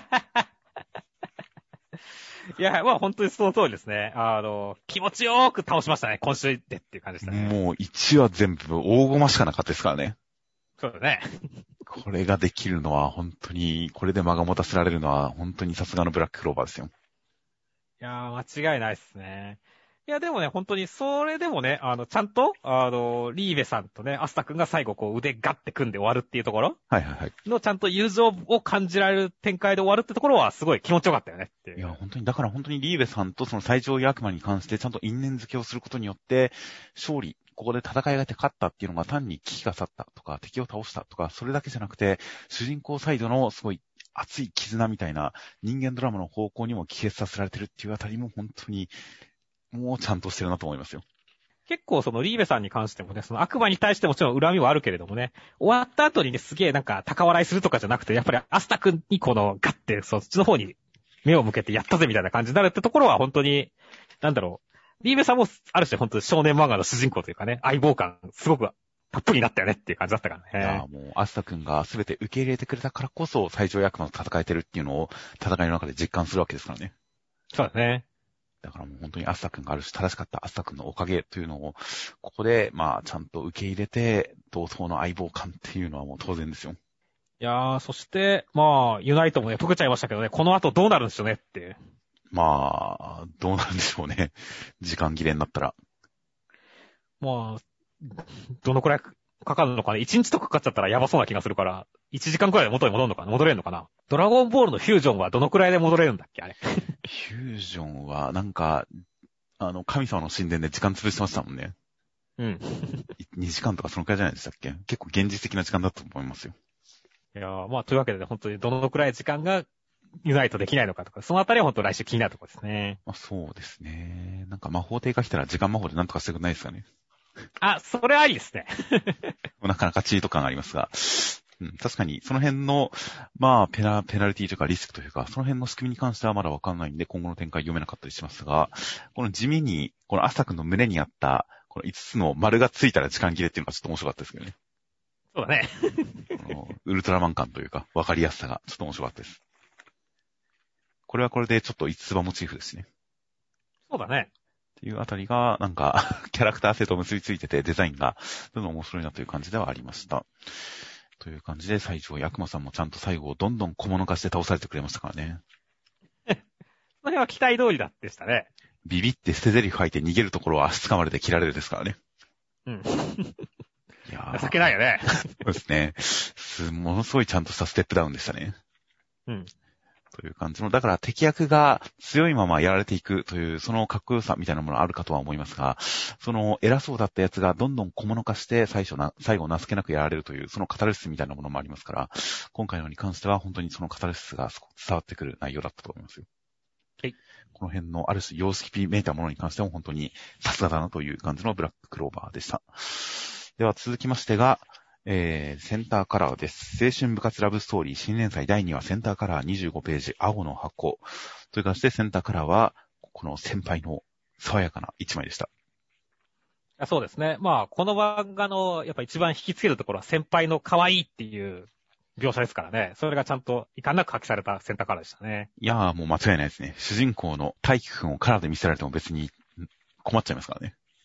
B: いや、まあ本当にその通りですね。気持ちよく倒しましたね。今週でっていう感じでしたね。
A: もう1話全部大駒しかなかったですからね。
B: そうだね。
A: これができるのは本当に、これで間が持たせられるのは本当にさすがのブラッククローバーですよ。
B: いやー、間違いないですね。いや、でもね、本当に、それでもね、ちゃんと、リーベさんとね、アスタ君が最後、こう、腕ガッて組んで終わるっていうところ
A: はいはいはい。
B: の、ちゃんと友情を感じられる展開で終わるってところは、すごい気持ちよかったよねっていう。
A: いや、本当に、だから本当にリーベさんとその最上位悪魔に関して、ちゃんと因縁付けをすることによって、勝利、ここで戦いがて勝ったっていうのが単に危機が去ったとか、敵を倒したとか、それだけじゃなくて、主人公サイドのすごい熱い絆みたいな人間ドラマの方向にも帰結させられてるっていうあたりも本当に、もうちゃんとしてるなと思いますよ。
B: 結構そのリーベさんに関してもね、その悪魔に対してもちろん恨みはあるけれどもね、終わった後にね、すげえなんか高笑いするとかじゃなくて、やっぱりアスタ君にこのガッてそっちの方に目を向けてやったぜみたいな感じになるってところは本当に、なんだろう、リーベさんもある種本当に少年漫画の主人公というかね、相棒感すごくたっぷりになったよねっていう感じだったからね。
A: いやもう、アスタ君が全て受け入れてくれたからこそ、最上位悪魔と戦えてるっていうのを戦いの中で実感するわけですからね。
B: そうだね。
A: だからもう本当にアスタ君がある種正しかったアスタ君のおかげというのを、ここで、まあ、ちゃんと受け入れて、同等の相棒感っていうのはもう当然ですよ。
B: いやー、そして、まあ、ユナイトもね、溶けちゃいましたけどね、この後どうなるんでしょうねって。
A: まあ、どうなんでしょうね。時間切れになったら。
B: まあ、どのくらいかかるのかね。1日とかかかっちゃったらやばそうな気がするから、1時間くらいで元に戻れるのかな。ドラゴンボールのフュージョンはどのくらいで戻れるんだっけあれ。
A: フュージョンは、なんか、神様の神殿で時間潰してましたもんね。
B: うん。
A: 2時間とかそのくらいじゃないでしたっけ？結構現実的な時間だと思いますよ。
B: いやーまあ、というわけで、ね、本当にどのくらい時間がユナイトできないのかとか、そのあたりは本当来週気になるところですね。
A: まあそうですね。なんか魔法帝が来たら時間魔法でなんとかしてくれないですかね。
B: あ、それありですね。
A: なかなかチート感がありますが。確かに、その辺の、まあ、ペナルティというかリスクというか、その辺の仕組みに関してはまだわかんないんで、今後の展開読めなかったりしますが、この地味に、このアスタ君の胸にあった、この5つの丸がついたら時間切れっていうのがちょっと面白かったですけどね。
B: そうだね。
A: このウルトラマン感というか、わかりやすさがちょっと面白かったです。これはこれでちょっと5つ葉モチーフですね。
B: そうだね。
A: っていうあたりが、なんか、キャラクター性と結びついてて、デザインが、どんどん面白いなという感じではありました。という感じで、最上位悪魔さんもちゃんと最後をどんどん小物化して倒されてくれましたからね。
B: その辺は期待通りだでしたね。
A: ビビって捨て台詞吐いて逃げるところは足掴まれて切られるですからね。
B: うん。
A: いや
B: 情けないよね。
A: そうですね。ものすごいちゃんとしたステップダウンでしたね。
B: うん。
A: という感じの、だから敵役が強いままやられていくという、そのかっこよさみたいなものあるかとは思いますが、その偉そうだったやつがどんどん小物化して最後情けなくやられるという、そのカタルシスみたいなものもありますから、今回のに関しては本当にそのカタルシスが伝わってくる内容だったと思いますよ。
B: はい。
A: この辺のある種様式めいたものに関しても本当にさすがだなという感じのブラッククローバーでした。では続きましてが、センターカラーです。青春部活ラブストーリー新連載第2話センターカラー25ページ青の箱という感じでセンターカラーはこの先輩の爽やかな一枚でした。
B: そうですね。まあ、この漫画のやっぱ一番引きつけるところは先輩の可愛いっていう描写ですからね。それがちゃんと遺憾なく発揮されたセンターカラーでしたね。
A: いやーもう間違いないですね。主人公の大輝くんをカラーで見せられても別に困っちゃいますからね。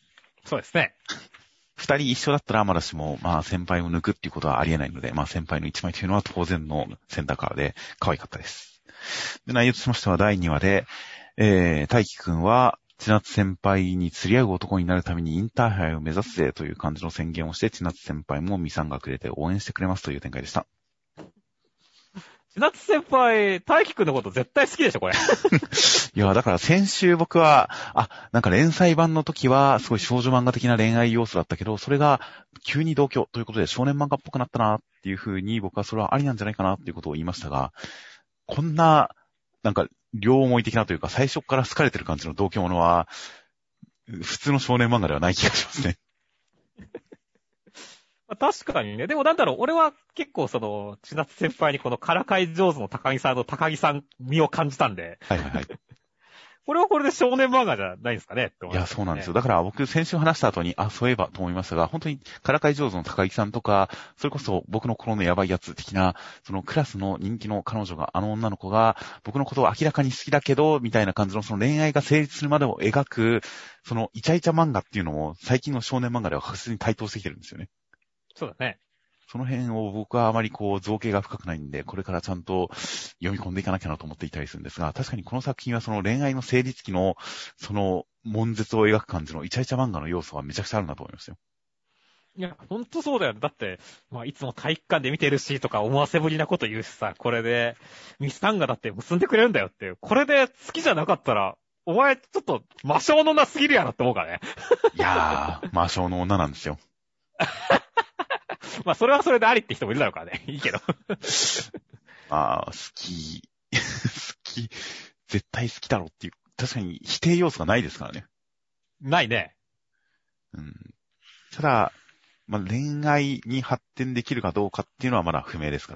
B: そうですね。
A: 二人一緒だったらまだしも、まあ先輩を抜くっていうことはありえないので、まあ先輩の一枚というのは当然の選択からで可愛かったです。で、内容としましては第2話で、大輝くんは千夏先輩に釣り合う男になるためにインターハイを目指すぜという感じの宣言をして、千夏先輩もミサンがくれて応援してくれますという展開でした。
B: 千夏先輩、大輝くんのこと絶対好きでしょ、これ。
A: いや、だから先週僕は、なんか連載版の時はすごい少女漫画的な恋愛要素だったけど、それが急に同居ということで少年漫画っぽくなったなっていう風に僕はそれはありなんじゃないかなっていうことを言いましたが、こんな、なんか両思い的なというか最初から好かれてる感じの同居ものは、普通の少年漫画ではない気がしますね。
B: 確かにね。でもなんだろう、俺は結構千夏先輩にこのからかい上手の高木さん身を感じたんで。
A: はいはいはい。
B: これはこれで少年漫画じゃないですかねって思
A: いや、そうなんですよ。だから僕先週話した後に、そういえばと思いましたが、本当にからかい上手の高木さんとか、それこそ僕の頃のやばいやつ的な、そのクラスの人気の彼女が、あの女の子が僕のことを明らかに好きだけど、みたいな感じのその恋愛が成立するまでを描く、そのイチャイチャ漫画っていうのも最近の少年漫画では確実に台頭してきてるんですよね。
B: そうだね。
A: その辺を僕はあまり造形が深くないんで、これからちゃんと読み込んでいかなきゃなと思っていたりするんですが、確かにこの作品はその恋愛の成立期の、その悶絶を描く感じのイチャイチャ漫画の要素はめちゃくちゃあるなと思いますよ。
B: いや、ほんとそうだよね。だって、いつも体育館で見てるしとか思わせぶりなこと言うしさ、これで、ミスタンガだって結んでくれるんだよっていう。これで好きじゃなかったら、お前ちょっと魔性の女すぎるやろって思うからね。
A: いやー、魔性の女なんですよ。
B: それはそれでありって人もいるだろうからね。いいけど。
A: 好き、絶対好きだろっていう、確かに否定要素がないですからね。
B: ないね。
A: うん。ただ、恋愛に発展できるかどうかっていうのはまだ不明ですから。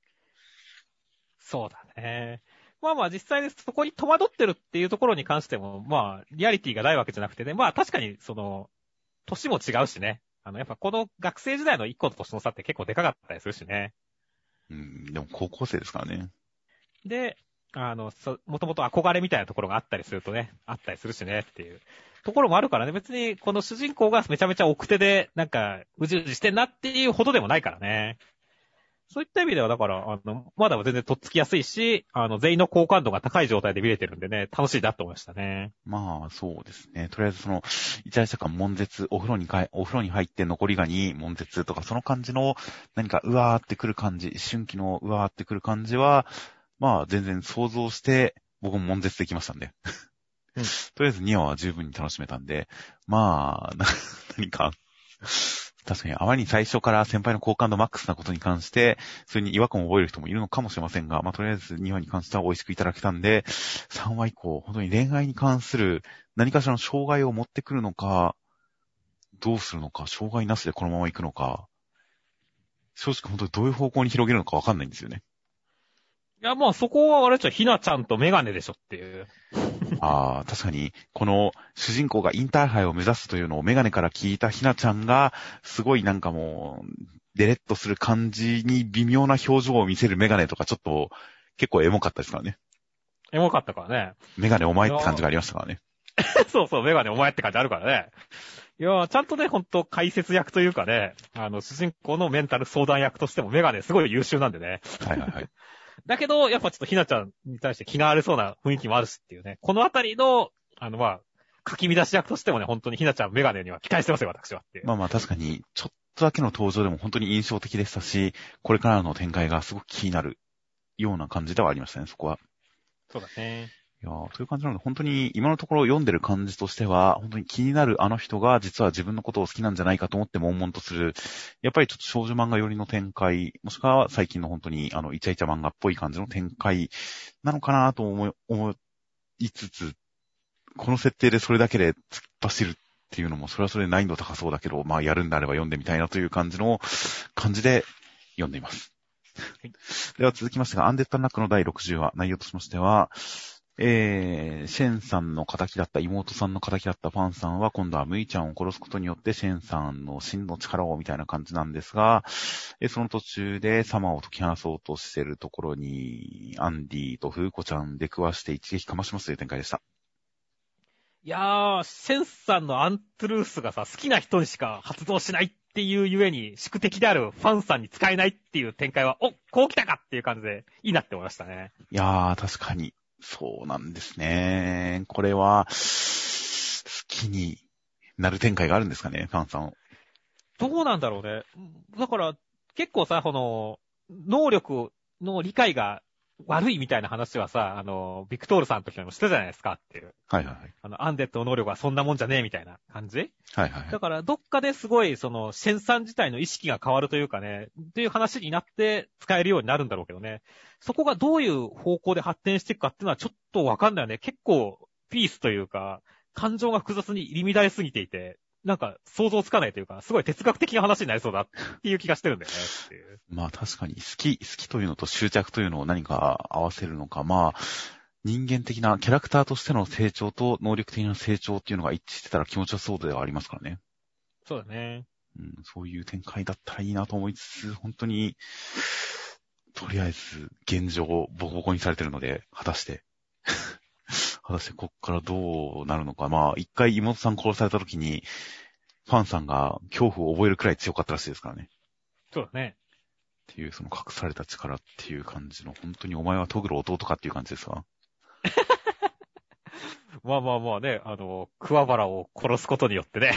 B: そうだね。実際にそこに戸惑ってるっていうところに関しても、リアリティがないわけじゃなくてね、確かに年も違うしね。やっぱこの学生時代の1個と年の差って結構でかかったりするしね。
A: でも高校生ですからね。
B: で、もともと憧れみたいなところがあったりするとね、あったりするしねっていうところもあるからね、別にこの主人公がめちゃめちゃ奥手で、なんか、うじうじしてんなっていうほどでもないからね。そういった意味では、だから、まだ全然とっつきやすいし、全員の好感度が高い状態で見れてるんでね、楽しいなと思いましたね。
A: そうですね。とりあえずイチャイチャ感悶絶、お風呂に入って残りがに悶絶とか、その感じの、何かうわーってくる感じ、春季のうわーってくる感じは、全然想像して、僕も悶絶できましたんで。
B: うん、
A: とりあえず2話は十分に楽しめたんで、何か、確かにあまりに最初から先輩の好感度マックスなことに関して、それに違和感を覚える人もいるのかもしれませんが、とりあえず2話に関しては美味しくいただけたんで、3話以降、本当に恋愛に関する何かしらの障害を持ってくるのか、どうするのか、障害なしでこのまま行くのか、正直本当にどういう方向に広げるのかわかんないんですよね。
B: いや、そこはあれじゃ、ひなちゃんとメガネでしょっていう。
A: 確かに、この主人公がインターハイを目指すというのをメガネから聞いたひなちゃんが、すごいなんかもう、デレッとする感じに微妙な表情を見せるメガネとかちょっと結構エモかったですからね。
B: エモかったからね。
A: メガネお前って感じがありましたからね。
B: そうそう、メガネお前って感じあるからね。いやちゃんとね、ほんと解説役というかね、主人公のメンタル相談役としてもメガネすごい優秀なんでね。
A: はいはいはい。
B: だけど、やっぱちょっとひなちゃんに対して気が荒れそうな雰囲気もあるしっていうね。このあたりの、書き乱し役としてもね、本当にひなちゃんメガネには期待してますよ、私はっていう。
A: 確かに、ちょっとだけの登場でも本当に印象的でしたし、これからの展開がすごく気になるような感じではありましたね、そこは。
B: そうだね。
A: いやという感じなので、本当に今のところ読んでる感じとしては、本当に気になるあの人が実は自分のことを好きなんじゃないかと思って悶々とする、やっぱりちょっと少女漫画寄りの展開、もしくは最近の本当にイチャイチャ漫画っぽい感じの展開なのかなと思いつつ、この設定でそれだけで突っ走るっていうのも、それはそれで難易度高そうだけど、やるんであれば読んでみたいなという感じで読んでいます。はい、では続きましてが、アンデッドナックの第60話、内容としましては、シェンさんの仇だった妹さんの仇だったファンさんは今度はムイちゃんを殺すことによってシェンさんの真の力をみたいな感じなんですが、その途中でサマーを解き放そうとしているところにアンディとフーコちゃん出くわして一撃かましますという展開でした。
B: いやー、シェンさんのアントゥルースがさ、好きな人にしか発動しないっていうゆえに、宿敵であるファンさんに使えないっていう展開は、こう来たかっていう感じで、いいなって思いましたね。
A: いやー、確かに、そうなんですね。これは、好きになる展開があるんですかね、ファンさんを。
B: どうなんだろうね。だから、結構さ、能力の理解が悪いみたいな話はさ、ビクトールさんの時にもしたじゃないですかっていう。
A: はいはいはい。
B: アンデッドの能力はそんなもんじゃねえみたいな感じ
A: はいはいはい。
B: だから、どっかですごい、シェンさん自体の意識が変わるというかね、っていう話になって使えるようになるんだろうけどね。そこがどういう方向で発展していくかっていうのはちょっとわかんないよね。結構、ピースというか、感情が複雑に入り乱れすぎていて、なんか想像つかないというか、すごい哲学的な話になりそうだっていう気がしてるんだよねっていう。
A: まあ確かに好きというのと執着というのを何か合わせるのか、まあ人間的なキャラクターとしての成長と能力的な成長っていうのが一致してたら気持ちよそうではありますからね。
B: そうだね。
A: うん、そういう展開だったらいいなと思いつつ、本当に、とりあえず現状ボコボコにされてるので、果たしてこっからどうなるのか。まあ一回妹さん殺された時に、ファンさんが恐怖を覚えるくらい強かったらしいですからね。
B: そうだね。
A: っていう、その隠された力っていう感じの、本当にお前はトグロ弟かっていう感じですか？
B: まあまあまあね、桑原を殺すことによってね、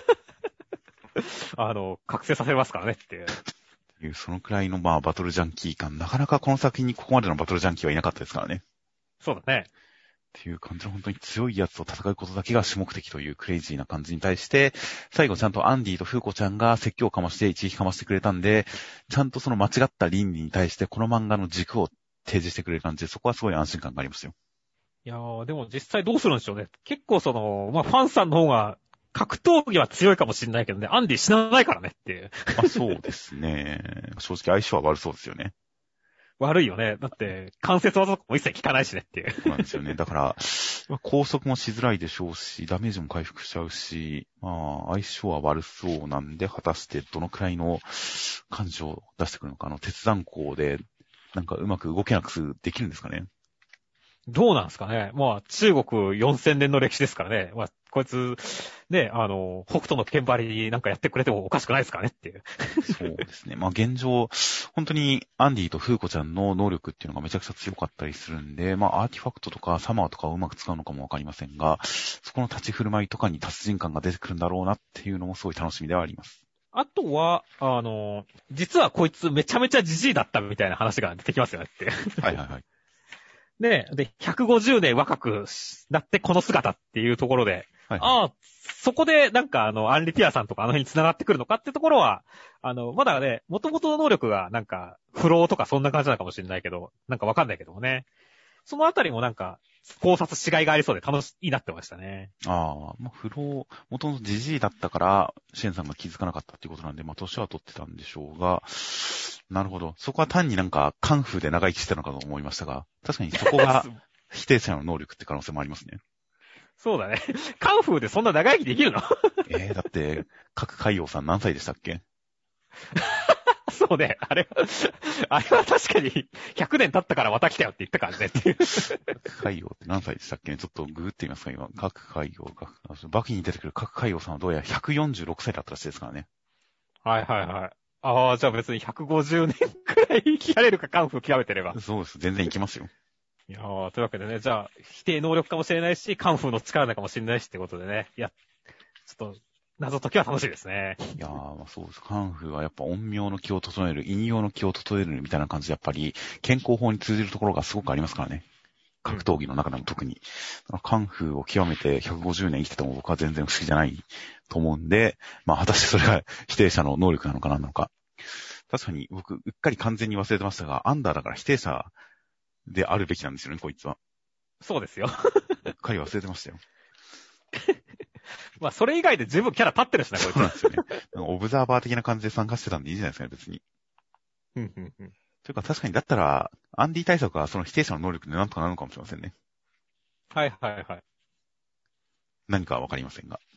B: 覚醒させますからねっていう。
A: そのくらいの、まあ、バトルジャンキー感。なかなかこの作品にここまでのバトルジャンキーはいなかったですからね。
B: そうだね。
A: っていう感じの本当に強いやつと戦うことだけが主目的というクレイジーな感じに対して、最後ちゃんとアンディとフーコちゃんが説教をかまして一撃かましてくれたんで、ちゃんとその間違った倫理に対してこの漫画の軸を提示してくれる感じで、そこはすごい安心感がありますよ。
B: いやー、でも実際どうするんでしょうね。結構まあファンさんの方が格闘技は強いかもしれないけどね、アンディ死なないからねっていう。
A: まあそうですね。正直相性は悪そうですよね。
B: 悪いよね。だって、関節技とかも一切効かないしねっていう。
A: そうなんですよね。だから、拘束もしづらいでしょうし、ダメージも回復しちゃうし、まあ、相性は悪そうなんで、果たしてどのくらいの感情を出してくるのか、鉄残光で、なんかうまく動けなくできるんですかね。
B: どうなんですかね。まあ、中国4000年の歴史ですからね。まあ、こいつ、ね、北斗の剣張りなんかやってくれてもおかしくないですからねっていう。
A: そうですね。まあ現状、本当にアンディとフーコちゃんの能力っていうのがめちゃくちゃ強かったりするんで、まあアーティファクトとかサマーとかをうまく使うのかもわかりませんが、そこの立ち振る舞いとかに達人感が出てくるんだろうなっていうのもすごい楽しみではあります。
B: あとは、実はこいつめちゃめちゃジジイだったみたいな話が出てきますよねって。
A: はいはいはい。
B: で、150年若くなってこの姿っていうところで、
A: はいはい、
B: ああ、そこでなんかアンリピアさんとかあの辺に繋がってくるのかってところは、まだね、元々の能力がなんか、不老とかそんな感じなのかもしれないけど、なんかわかんないけどもね。そのあたりもなんか、考察しがいがありそうでいいなってましたね。
A: ああ、まあ不老、元々ジジイだったから、シェンさんが気づかなかったっていうことなんで、まあ年は取ってたんでしょうが、なるほど。そこは単になんか、カンフーで長生きしてたのかと思いましたが、確かにそこが否定者の能力って可能性もありますね。
B: そうだね。カンフーでそんな長生きできるの
A: だって、各海洋さん何歳でしたっけ？
B: そうね。あれは確かに100年経ったからまた来たよって言ったからねっていう。
A: 各海洋って何歳でしたっけね？ちょっとググってみますか今。各海洋、バキに出てくる各海洋さんはどうやら146歳だったらしいですからね。
B: はいはいはい。ああ、じゃあ別に150年くらい生きられるか、カンフー極めてれば。
A: そうです。全然いけますよ。
B: いやー、というわけでね、じゃあ、否定能力かもしれないし、カンフーの力なのかもしれないしってことでね。いや、ちょっと、謎解きは楽しいですね。
A: いやー、まあそうです。カンフーはやっぱ陰陽の気を整える、陰陽の気を整えるみたいな感じで、やっぱり健康法に通じるところがすごくありますからね。格闘技の中でも特に。カンフーを極めて150年生きてても僕は全然不思議じゃないと思うんで、まあ果たしてそれが否定者の能力なのか何なのか。確かに僕、うっかり完全に忘れてましたが、アンダーだから否定者であるべきなんですよね、こいつは。
B: そうですよ。
A: うっかり忘れてましたよ。
B: まあ、それ以外で十分キャラ立ってるしな、こいつ。
A: そうなんですよね。オブザーバー的な感じで参加してたんでいいじゃないですかね、別に。というか確かに、だったら、アンディ対策はその否定者の能力でなんとかなるのかもしれませんね。
B: はいはいはい。
A: 何かはわかりませんが。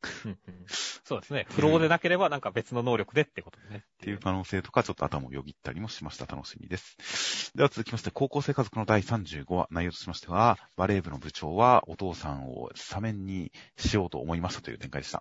B: そうですね。フローでなければなんか別の能力でってことね。
A: っていう可能性とかちょっと頭をよぎったりもしました。楽しみです。では続きまして、高校生家族の第35話、内容としましては、バレー部の部長はお父さんをスタメンにしようと思いましたという展開でした。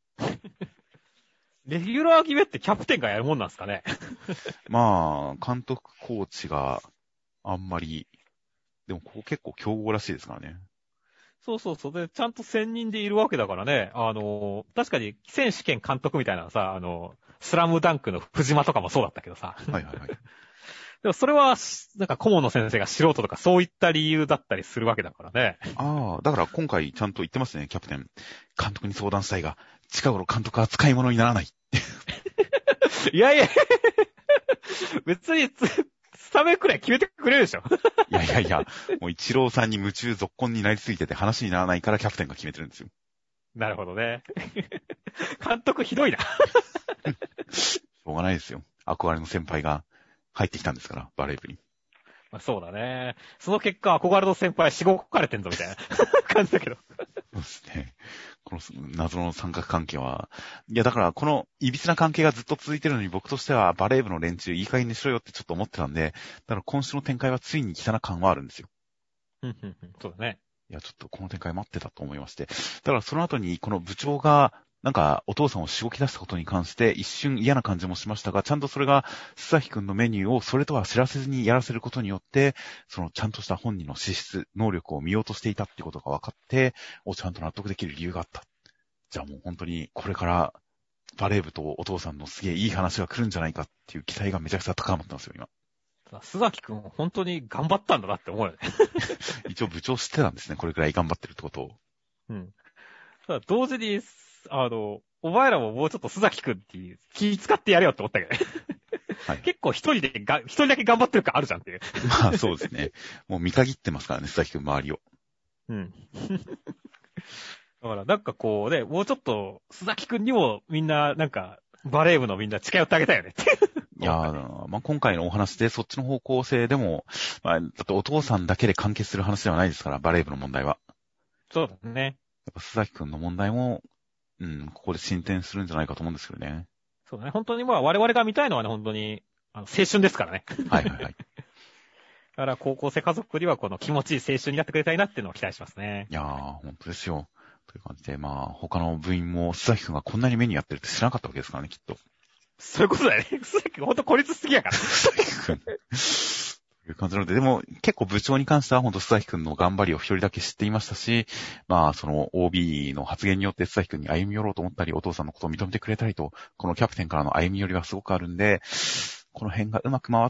B: レギュラー決めってキャプテンがやるもんなんですかね。
A: まあ、監督、コーチがあんまり、でもここ結構強豪らしいですからね。
B: そうそうそう。で、ちゃんと専任でいるわけだからね。確かに選手兼監督みたいなさ、スラムダンクの藤間とかもそうだったけどさ。
A: はいはいはい。
B: でもそれは、なんか顧問の先生が素人とかそういった理由だったりするわけだからね。
A: ああ、だから今回ちゃんと言ってますね、キャプテン。監督に相談したいが、近頃監督は使い物にならない。
B: いやいや、別にスタメンくらい決めてくれるでしょ。
A: いやいやいや、もうイチローさんに夢中続婚になりすぎてて話にならないからキャプテンが決めてるんですよ。
B: なるほどね。監督ひどいな。
A: しょうがないですよ。憧れの先輩が入ってきたんですから、バレー部に。
B: まあ、そうだね。その結果、憧れの先輩しごかれてんぞみたいな感じだけど。
A: そうですね。この謎の三角関係は、いやだからこの歪な関係がずっと続いてるのに僕としてはバレー部の連中いい加減にしろよってちょっと思ってたんで、だから今週の展開はついに汚感はあるんですよ。
B: そうだね。
A: いやちょっとこの展開待ってたと思いまして。だからその後にこの部長がなんかお父さんをしごき出したことに関して一瞬嫌な感じもしましたが、ちゃんとそれが須崎くんのメニューをそれとは知らせずにやらせることによって、そのちゃんとした本人の資質、能力を見落としていたってことが分かって、ちゃんと納得できる理由があった。じゃあもう本当にこれからバレー部とお父さんのすげえいい話が来るんじゃないかっていう期待がめちゃくちゃ高まってますよ、今。
B: 須崎くん本当に頑張ったんだなって思うよね。
A: 一応部長知ってたんですね、これくらい頑張ってるってことを。
B: うん。ただ同時に、お前らももうちょっと須崎くんっていう気使ってやれよって思ったけどね。はい、結構一人だけ頑張ってる感あるじゃんっていう。
A: まあそうですね。もう見限ってますからね、須崎くん周りを。
B: うん。だからなんかこうね、もうちょっと須崎くんにもみんななんかバレー部のみんな近寄ってあげたいよねって。
A: いやー、まあ、今回のお話でそっちの方向性でも、まあ、だってお父さんだけで完結する話ではないですから、バレー部の問題は。
B: そうだね。
A: やっぱ須崎くんの問題も、ここで進展するんじゃないかと思うんですけどね。
B: そうだね。本当にまあ我々が見たいのはね、本当に、青春ですからね。
A: はいはいはい。
B: だから高校生家族にはこの気持ちいい青春になってくれたいなっていうのを期待しますね。
A: いやー、本当ですよ。という感じで、まあ、他の部員も須崎くんがこんなにメニューやってるって知らなかったわけですからね、きっと。
B: そういうことだよね。須崎くんほんと孤立しすぎやから。須崎
A: くん。という感じなので、でも結構部長に関しては本当須崎くんの頑張りを一人だけ知っていましたし、まあその OB の発言によって須崎くんに歩み寄ろうと思ったり、お父さんのことを認めてくれたりと、このキャプテンからの歩み寄りはすごくあるんで、この辺がうまく回って、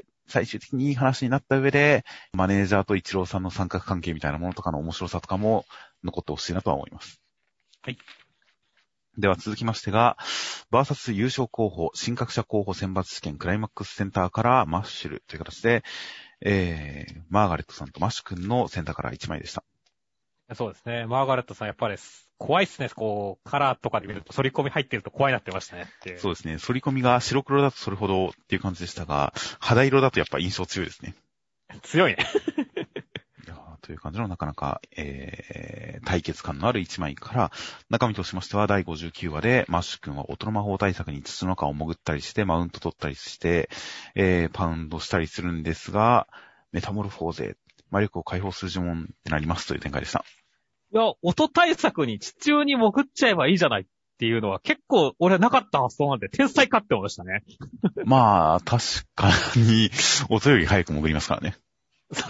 A: 最終的にいい話になった上で、マネージャーとイチローさんの三角関係みたいなものとかの面白さとかも残ってほしいなとは思います。
B: はい。
A: では続きましてが、バーサス優勝候補、新格者候補選抜試験クライマックスセンターからマッシュルという形で、マーガレットさんとマッシュ君のセンターから1枚でした。
B: そうですね。マーガレットさんやっぱり怖いっすね。こう、カラーとかで見ると、反り込み入ってると怖いなってましたねっていう。
A: そうですね。反り込みが白黒だとそれほどっていう感じでしたが、肌色だとやっぱ印象強いですね。
B: 強いね。
A: いやという感じのなかなか、対決感のある1枚から、中身としましては第59話で、マッシュ君は音の魔法対策に土の中を潜ったりして、マウント取ったりして、パウンドしたりするんですが、メタモルフォーゼ、魔力を解放する呪文ってなりますという展開でした。
B: いや、音対策に地中に潜っちゃえばいいじゃないっていうのは結構俺はなかった発想なんで天才かって思いましたね。
A: まあ、確かに、音より早く潜りますからね。
B: そう。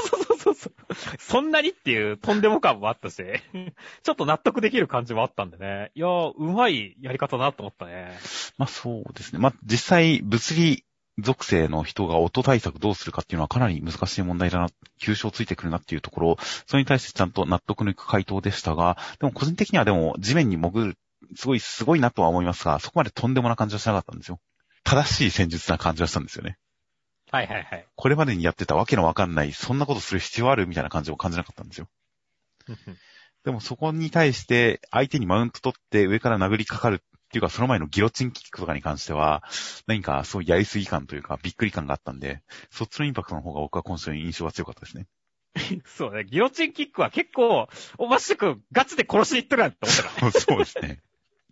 B: そんなにっていうとんでも感もあったし、ちょっと納得できる感じもあったんでね。いやー、うまいやり方だなと思ったね。
A: まあそうですね。まあ実際、物理属性の人が音対策どうするかっていうのはかなり難しい問題だな、急所ついてくるなっていうところ、それに対してちゃんと納得のいく回答でしたが、でも個人的にはでも地面に潜る、すごいなとは思いますが、そこまでとんでもな感じはしなかったんですよ。正しい戦術な感じはしたんですよね。
B: はいはいはい。
A: これまでにやってたわけのわかんない、そんなことする必要あるみたいな感じを感じなかったんですよ。でもそこに対して相手にマウント取って上から殴りかかるっていうか、その前のギロチンキックとかに関しては、何かそうやりすぎ感というか、びっくり感があったんで、そっちのインパクトの方が僕は今週の印象が強かったですね。
B: そうね。ギロチンキックは結構、マッシュ君ガチで殺しに行ってるなって思ったからね。
A: そうですね。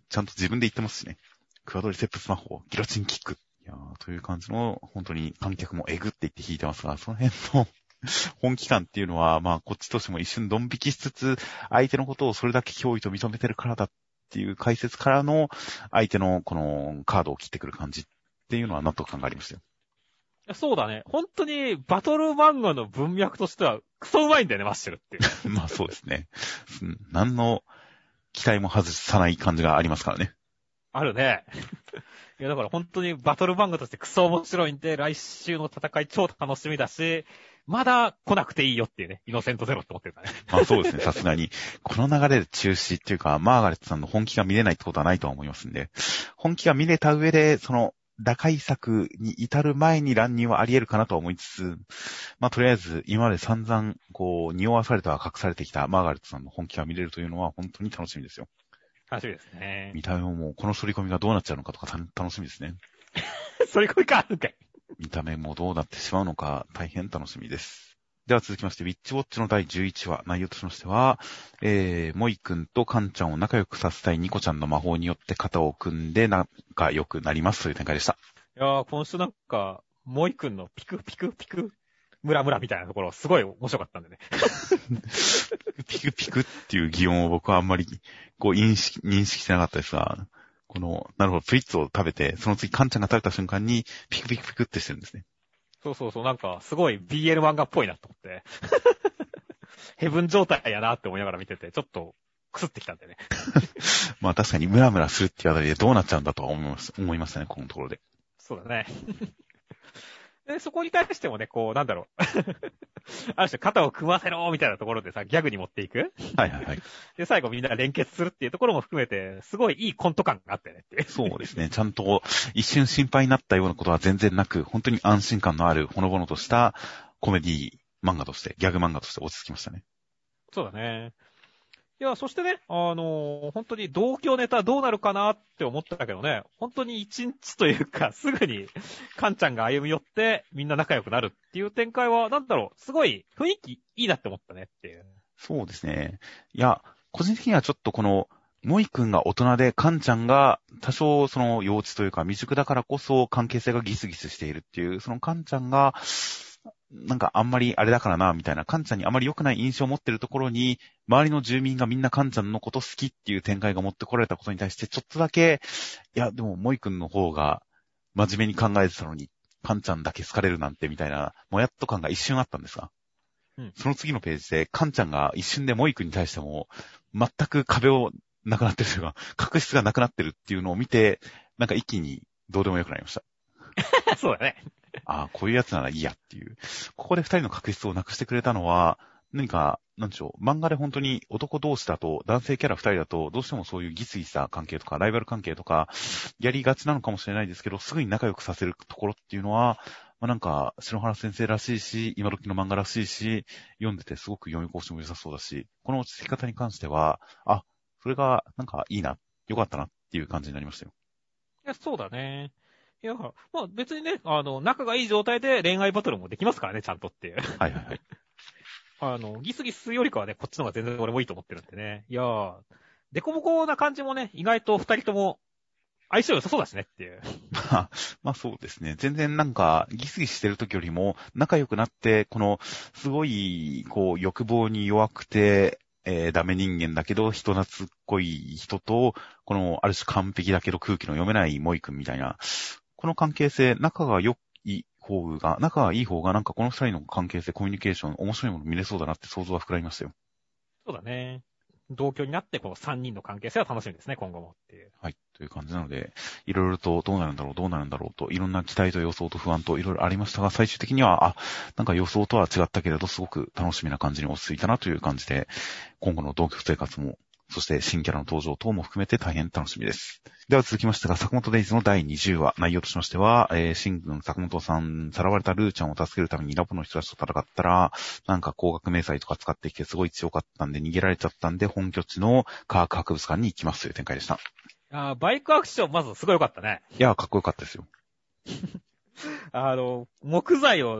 A: ちゃんと自分で言ってますしね。クワドリセプス魔法、ギロチンキック。いやー、という感じの、本当に観客もえぐって言って弾いてますが、その辺の本気感っていうのは、まあ、こっちとしても一瞬ドン引きしつつ、相手のことをそれだけ脅威と認めてるからだっていう解説からの、相手のこのカードを切ってくる感じっていうのは納得感がありましたよ。
B: そうだね。本当にバトル漫画の文脈としてはクソうまいんだよね、マッシュルっていう。
A: まあそうですね。何の期待も外さない感じがありますからね。
B: あるね。いやだから本当にバトル漫画としてクソ面白いんで、来週の戦い超楽しみだし、まだ来なくていいよっていうね、イノセントゼロって思ってるからね。
A: まあそうですね、さすがに。この流れで中止っていうか、マーガレットさんの本気が見れないってことはないとは思いますんで、本気が見れた上で、その、打開策に至る前に乱入はあり得るかなとは思いつつ、まあとりあえず今まで散々こう匂わされては隠されてきたマーガレットさんの本気が見れるというのは本当に楽しみですよ。
B: 楽しみですね。
A: 見た目ももうこの反り込みがどうなっちゃうのかとか楽しみですね。
B: 反り込みかあるんかい。
A: 見た目もどうなってしまうのか大変楽しみです。では続きまして、ウィッチウォッチの第11話、内容としましては、モイ君とカンちゃんを仲良くさせたいニコちゃんの魔法によって肩を組んで仲良くなりますという展開でした。
B: いやー、今週なんか、モイ君のピクピクピク、ムラムラみたいなところ、すごい面白かったんでね。
A: ピクピクっていう擬音を僕はあんまりこう認識してなかったですが、この、なるほど、プリッツを食べて、その次カンちゃんが食べた瞬間にピクピクピクってしてるんですね。
B: そう、なんか、すごい BL 漫画っぽいなと思って。ヘブン状態やなって思いながら見てて、ちょっと、くすってきたんでね。
A: まあ確かにムラムラするっていうあたりでどうなっちゃうんだとは思いましたね、このところで。
B: そうだね。で、そこに対してもね、こう、なんだろう。ある種、肩を組ませろみたいなところでさ、ギャグに持っていく。
A: はいはいはい。
B: で、最後みんな連結するっていうところも含めて、すごいいいコント感があったよねっていう。
A: そうですね。ちゃんと一瞬心配になったようなことは全然なく、本当に安心感のあるほのぼのとしたコメディ漫画として、ギャグ漫画として落ち着きましたね。
B: そうだね。いや、そしてね、本当に同居ネタどうなるかなって思ったけどね、本当に一日というか、すぐに、カンちゃんが歩み寄って、みんな仲良くなるっていう展開は、なんだろう、すごい雰囲気いいなって思ったねっていう。
A: そうですね。いや、個人的にはちょっとこの、モイ君が大人で、カンちゃんが多少その幼稚というか未熟だからこそ関係性がギスギスしているっていう、そのカンちゃんが、なんかあんまりあれだからな、みたいな、カンちゃんにあまり良くない印象を持ってるところに、周りの住民がみんなカンちゃんのこと好きっていう展開が持ってこられたことに対して、ちょっとだけ、いや、でも、モイ君の方が真面目に考えてたのに、カンちゃんだけ好かれるなんて、みたいな、もやっと感が一瞬あったんですが、その次のページで、カンちゃんが一瞬でモイ君に対しても、全く壁をなくなってるというか、確執がなくなってるっていうのを見て、なんか一気にどうでもよくなりました。
B: そうだね。
A: ああ、こういうやつならいいやっていう。ここで二人の確執をなくしてくれたのは、何か、なんでしょう、漫画で本当に男同士だと、男性キャラ二人だと、どうしてもそういうギスギスした関係とか、ライバル関係とか、やりがちなのかもしれないですけど、すぐに仲良くさせるところっていうのは、まあ、なんか、篠原先生らしいし、今時の漫画らしいし、読んでてすごく読み越しも良さそうだし、この落ち着き方に関しては、あ、それが、なんかいいな、良かったなっていう感じになりましたよ。
B: いや、そうだね。いや、まあ別にね、仲がいい状態で恋愛バトルもできますからね、ちゃんとっていう。
A: はいはいはい。
B: ギスギスよりかはね、こっちの方が全然俺もいいと思ってるんでね。いやー、デコボコな感じもね、意外と二人とも相性良さそうだしねっていう。
A: まあそうですね。全然なんか、ギスギスしてる時よりも、仲良くなって、この、すごい、こう、欲望に弱くて、ダメ人間だけど、人懐っこい人と、この、ある種完璧だけど空気の読めないモイ君みたいな、この関係性、仲がいい方が、なんかこの二人の関係性、コミュニケーション、面白いもの見れそうだなって想像は膨らみましたよ。
B: そうだね。同居になって、この三人の関係性は楽しみですね、今後もっていう。
A: はい。という感じなので、いろいろとどうなるんだろうと、いろんな期待と予想と不安といろいろありましたが、最終的には、なんか予想とは違ったけれど、すごく楽しみな感じに落ち着いたなという感じで、今後の同居生活も、そして新キャラの登場等も含めて大変楽しみです。では続きましてが、坂本デイズの第20話、内容としましては、新軍坂本さん、さらわれたルーちゃんを助けるためにラボの人たちと戦ったら、なんか工学迷彩とか使ってきてすごい強かったんで逃げられちゃったんで、本拠地の科学博物館に行きますという展開でした。
B: バイクアクション、まずすごい良かったね。
A: いや、かっこよかったですよ。
B: 木材を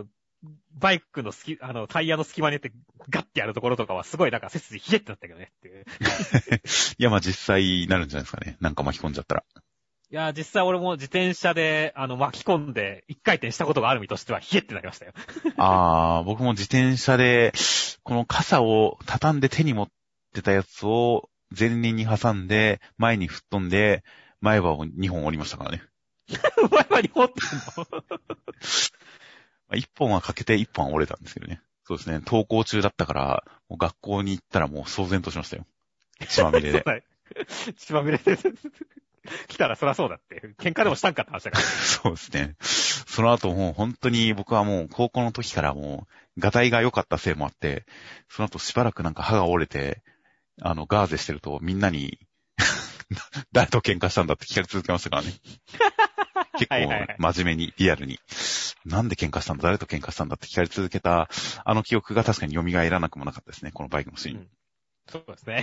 B: バイクのタイヤの隙間によってガッてやるところとかはすごいなんか背筋冷えってなったけどねっていう。
A: いや、まあ実際なるんじゃないですかね。なんか巻き込んじゃったら。
B: いや、実際俺も自転車で、巻き込んで一回転したことがある身としては冷えってなりましたよ。
A: 僕も自転車で、この傘を畳んで手に持ってたやつを前輪に挟んで、前に吹っ飛んで、前歯を2本折りましたからね。
B: 前歯に折ってんの
A: 1本は欠けて1本は折れたんですけどね。そうですね。登校中だったから、もう学校に行ったらもう騒然としましたよ。血まみれで。
B: 血まみれで。来たらそらそうだって。喧嘩でもしたんかって話だから。
A: そうですね。その後もう本当に僕はもう高校の時からもう、ガタイが良かったせいもあって、その後しばらくなんか歯が折れて、ガーゼしてるとみんなに、誰と喧嘩したんだって聞かれ続けましたからね。結構真面目に、リアルに。なんで喧嘩したんだ、誰と喧嘩したんだって聞かれ続けた、記憶が確かに蘇らなくもなかったですね、このバイクのシーン。
B: そうですね。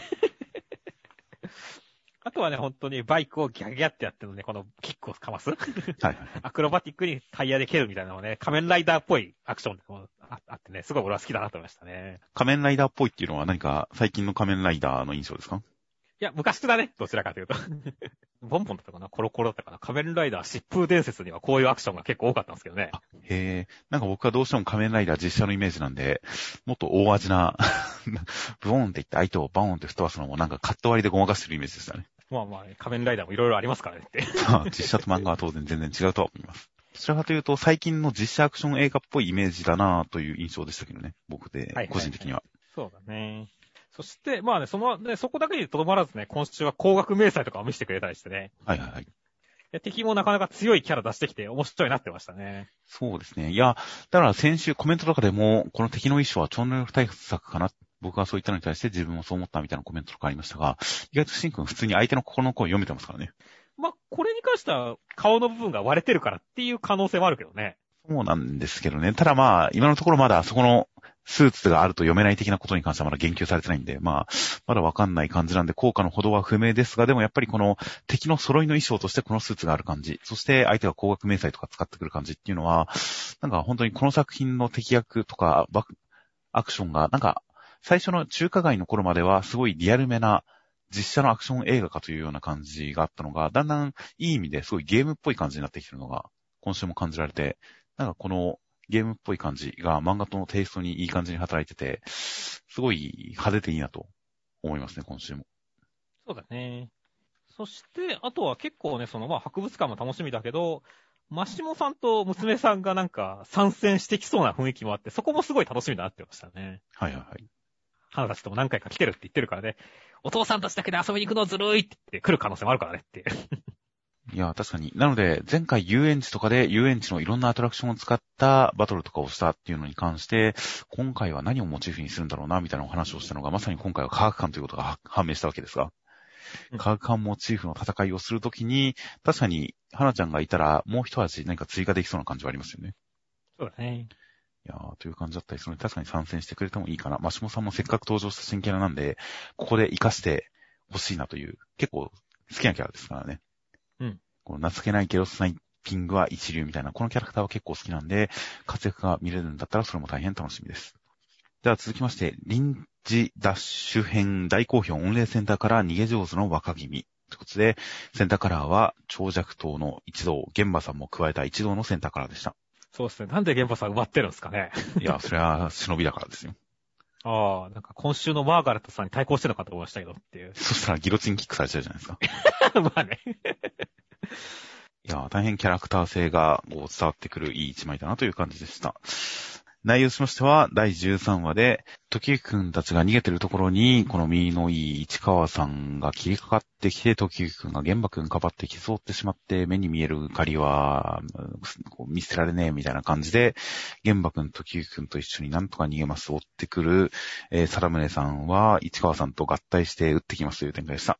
B: あとはね、本当にバイクをギャギャってやってるのね、このキックをかます。はいはい。アクロバティックにタイヤで蹴るみたいなのをね、仮面ライダーっぽいアクションもあってね、すごい俺は好きだなと思いましたね。
A: 仮面ライダーっぽいっていうのは何か最近の仮面ライダーの印象ですか？
B: いや、昔だね、どちらかというと。ボンボンだったかな、コロコロだったかな、仮面ライダー疾風伝説にはこういうアクションが結構多かったんですけどね。
A: へえ、なんか僕はどうしても仮面ライダー実写のイメージなんで、もっと大味な、ブオーンって言って相手をバーンって吹っ飛ばすのもなんかカット割りでごまかしてるイメージでしたね。
B: まあまあ、仮面ライダーもいろいろありますからねって。
A: 実写と漫画は当然全然違うとは思います。どちらかというと最近の実写アクション映画っぽいイメージだなという印象でしたけどね、僕で、個人的には。
B: そうだね。そして、まあね、そこだけにとどまらずね、今週は高額明細とかを見せてくれたりしてね。
A: はいはいはい。
B: 敵もなかなか強いキャラ出してきて面白いなってましたね。
A: そうですね。いや、だから先週コメントとかでも、この敵の衣装は超能力対策かな。僕はそういったのに対して自分もそう思ったみたいなコメントとかありましたが、意外とシンくん普通に相手の心の声を読めてますからね。
B: まあ、これに関しては顔の部分が割れてるからっていう可能性もあるけどね。
A: そうなんですけどね。ただまあ、今のところまだそこのスーツがあると読めない的なことに関してはまだ言及されてないんで、まあ、まだわかんない感じなんで、効果のほどは不明ですが、でもやっぱりこの敵の揃いの衣装としてこのスーツがある感じ、そして相手が高額明細とか使ってくる感じっていうのは、なんか本当にこの作品の敵役とかアクションが、なんか最初の中華街の頃まではすごいリアルめな実写のアクション映画かというような感じがあったのが、だんだんいい意味ですごいゲームっぽい感じになってきてるのが、今週も感じられて、なんかこのゲームっぽい感じが漫画とのテイストにいい感じに働いてて、すごい派手でいいなと思いますね、今週も。
B: そうだね。そして、あとは結構ね、博物館も楽しみだけど、マシモさんと娘さんがなんか参戦してきそうな雰囲気もあって、そこもすごい楽しみだなってましたね。
A: はいはいはい。
B: 花たちとも何回か来てるって言ってるからね、お父さんたちだけで遊びに行くのずるいって言って来る可能性もあるからねって。
A: いや、確かに。なので、前回遊園地とかで遊園地のいろんなアトラクションを使ったバトルとかをしたっていうのに関して、今回は何をモチーフにするんだろうな、みたいなお話をしたのが、まさに今回は科学館ということが判明したわけですが、科学館モチーフの戦いをするときに、確かに、花ちゃんがいたら、もう一味何か追加できそうな感じはありますよね。
B: そうだね。
A: いやー、という感じだったりするので、確かに参戦してくれてもいいかな。マシモさんもせっかく登場した新キャラなんで、ここで活かしてほしいなという、結構好きなキャラですからね。
B: うん。
A: この情けないけどスナイピングは一流みたいな、このキャラクターは結構好きなんで、活躍が見れるんだったらそれも大変楽しみです。では続きまして、臨時ダッシュ編大好評御礼センターから逃げ上手の若君。ということで、センターカラーは長尺刀の一同、玄馬さんも加えた一同のセンターカラーでした。
B: そうですね。なんで玄馬さん埋まってるんですかね。
A: いや、それは忍びだからですよ。
B: ああ、なんか今週のマーガレットさんに対抗してるのかと思いましたけどっていう。
A: そしたらギロチンキックされちゃうじゃないですか。
B: まあね。
A: いや、大変キャラクター性が伝わってくるいい一枚だなという感じでした。内容としましては、第13話で、時行くんたちが逃げてるところに、この身のいい市川さんが切りかかってきて、時行くんが玄馬くんかばってきそうってしまって、目に見える狩りは、見捨てられねえみたいな感じで、玄馬くん、時行くんと一緒になんとか逃げます、追ってくる、貞宗さんは市川さんと合体して撃ってきますという展開でした。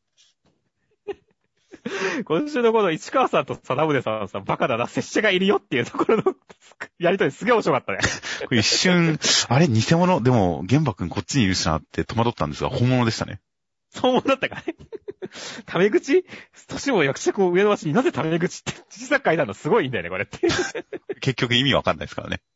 B: 今週のこの市川さんと貞宗さんさ、バカだな、拙者がいるよっていうところのやりとりすげえ面白かったね。
A: これ一瞬、あれ偽物でも、玄馬くんこっちにいるしなって戸惑ったんですが、本物でしたね。
B: 本物だったかね。タメ口年も役者上の橋になぜタメ口って小さく書いたのすごいんだよね、これって。
A: 結局意味わかんないですからね。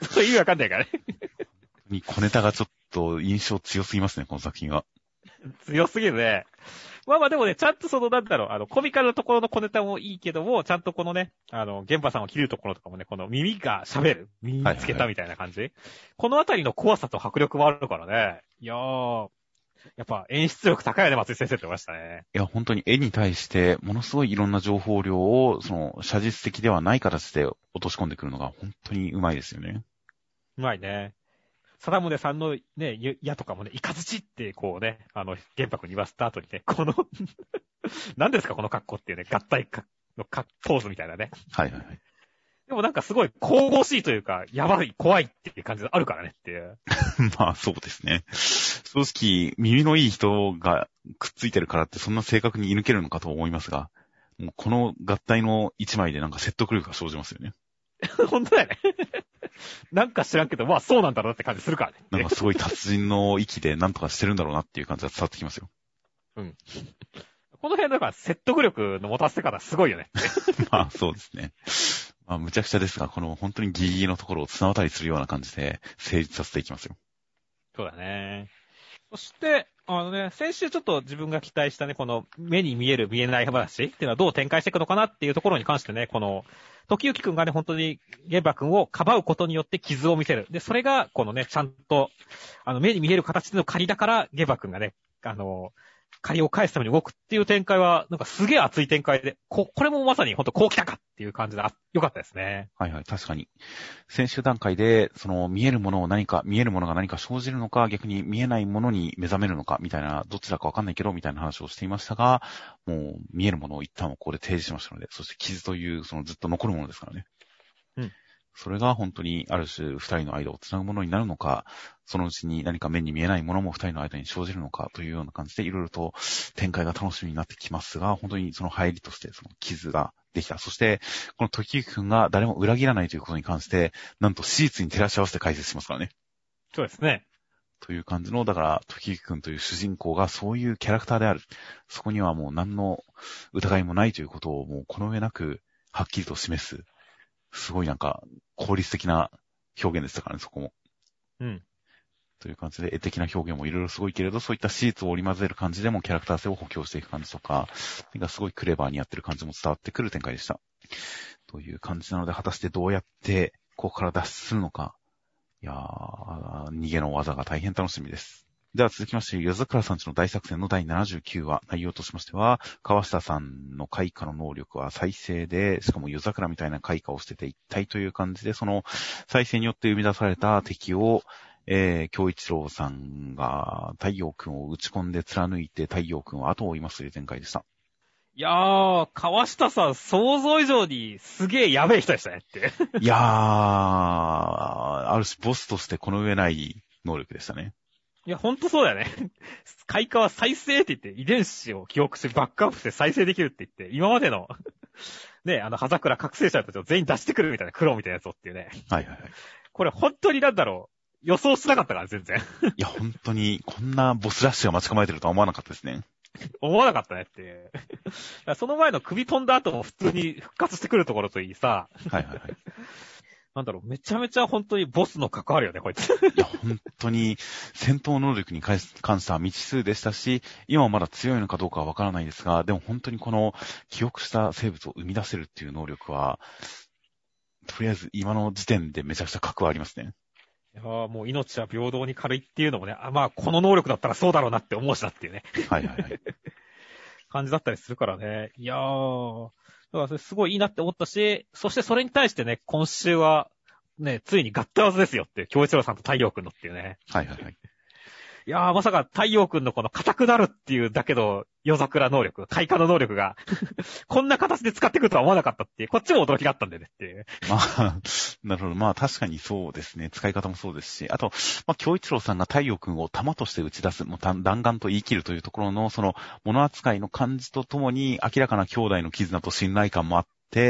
B: そういう意味わかんないからね。
A: 小ネタがちょっと印象強すぎますね、この作品は。
B: 強すぎるね。まあまあでもね、ちゃんとなんだろう、コミカルなところの小ネタもいいけども、ちゃんとこのね、玄馬さんを切るところとかもね、この耳が喋る、耳につけたみたいな感じ、はいはいはい、このあたりの怖さと迫力もあるからね。いやー、やっぱ演出力高いよね、松井先生って言いましたね。
A: いや、本当に絵に対して、ものすごいいろんな情報量を、写実的ではない形で落とし込んでくるのが本当にうまいですよね。
B: うまいね。貞宗さんのね、矢とかもね、イカズチってこうね、玄白に言わせた後にね、この何ですかこの格好っていうね、合体のポーズみたいなね。
A: はいはいはい。
B: でもなんかすごい神々しいというか、やばい、怖いっていう感じがあるからねっていう。
A: まあそうですね。正直、耳のいい人がくっついてるからってそんな正確に射抜けるのかと思いますが、もうこの合体の一枚でなんか説得力が生じますよね。
B: 本当だよね。なんか知らんけど、まあそうなんだろうって感じするからね。
A: なんかすごい達人の域でなんとかしてるんだろうなっていう感じが伝わってきますよ。
B: うん。この辺だから説得力の持たせ方すごいよね。
A: まあそうですね。まあ無茶苦茶ですが、この本当にギリギリのところを綱渡りするような感じで成立させていきますよ。
B: そうだね。そして、先週ちょっと自分が期待したね、この目に見える見えない話っていうのはどう展開していくのかなっていうところに関してね、この、時行くんがね、本当に玄馬くんをかばうことによって傷を見せる。で、それが、このね、ちゃんと、目に見える形での仮だから、玄馬くんがね、借りを返すために動くっていう展開は、なんかすげえ熱い展開で、これもまさに本当こう来たかっていう感じで、良かったですね。
A: はいはい、確かに。先週段階で、見えるものが何か生じるのか、逆に見えないものに目覚めるのか、みたいな、どっちだかわかんないけど、みたいな話をしていましたが、もう、見えるものを一旦はここで提示しましたので、そして傷という、ずっと残るものですからね。
B: うん。
A: それが本当にある種二人の間をつなぐものになるのか、そのうちに何か目に見えないものも二人の間に生じるのかというような感じでいろいろと展開が楽しみになってきますが、本当にその入りとしてその傷ができた。そして、この時行くんが誰も裏切らないということに関して、なんと史実に照らし合わせて解説しますからね。
B: そうですね。
A: という感じの、だから、時行くんという主人公がそういうキャラクターである。そこにはもう何の疑いもないということをもうこの上なくはっきりと示す。すごいなんか、効率的な表現でしたからね、そこも。
B: うん。
A: という感じで、絵的な表現もいろいろすごいけれど、そういったシーツを織り交ぜる感じでもキャラクター性を補強していく感じとか、がすごいクレバーにやってる感じも伝わってくる展開でした。という感じなので、果たしてどうやって、ここから脱出するのか。いやー、逃げの技が大変楽しみです。では続きまして、夜桜さんちの大作戦の第79話、内容としましては、川下さんの開花の能力は再生で、しかも夜桜みたいな開花をしてて一体という感じで、その再生によって生み出された敵を、京一郎さんが太陽君を打ち込んで貫いて太陽君を後を追いますという展開でした。
B: いやー、川下さん想像以上にすげえやべえ人でしたねって。
A: いやー、ある種ボスとしてこの上ない能力でしたね。
B: いや、ほんとそうだよね。開花は再生って言って、遺伝子を記憶してバックアップして再生できるって言って、今までの、ね、葉桜覚醒者たちを全員出してくるみたいな苦労みたいなやつをっていうね。
A: はいはいはい。
B: これ本当になんだろう。予想しなかったから、全然。
A: いや、本当に、こんなボスラッシュが待ち構えてるとは思わなかったですね。
B: 思わなかったねっていう。その前の首飛んだ後も普通に復活してくるところといいさ。
A: はいはいはい。
B: なんだろう、めちゃめちゃ本当にボスの関わるよね、こいつ。
A: いや、本当に戦闘能力に関しては未知数でしたし、今はまだ強いのかどうかはわからないですが、でも本当にこの記憶した生物を生み出せるっていう能力は、とりあえず今の時点でめちゃくちゃ格はありますね。
B: いやーもう命は平等に軽いっていうのもね、まあこの能力だったらそうだろうなって思うしなっていうね。
A: はいはいはい。
B: 感じだったりするからね。いやー、だからそれすごいいいなって思ったし、そしてそれに対してね、今週は、ね、ついに合体技ですよっていう、京一郎さんと太陽くんのっていうね。
A: はいはいはい。
B: いやー、まさか太陽くんのこの硬くなるっていうだけど、夜桜能力、開花の能力が、こんな形で使ってくるとは思わなかったっていう、こっちも驚きがあったんでねっていう。
A: まあ、なるほど。まあ確かにそうですね。使い方もそうですし、あと、まあ、京一郎さんが太陽くんを弾として打ち出す、もう弾丸と言い切るというところの、その物扱いの感じとともに、明らかな兄弟の絆と信頼感もあって、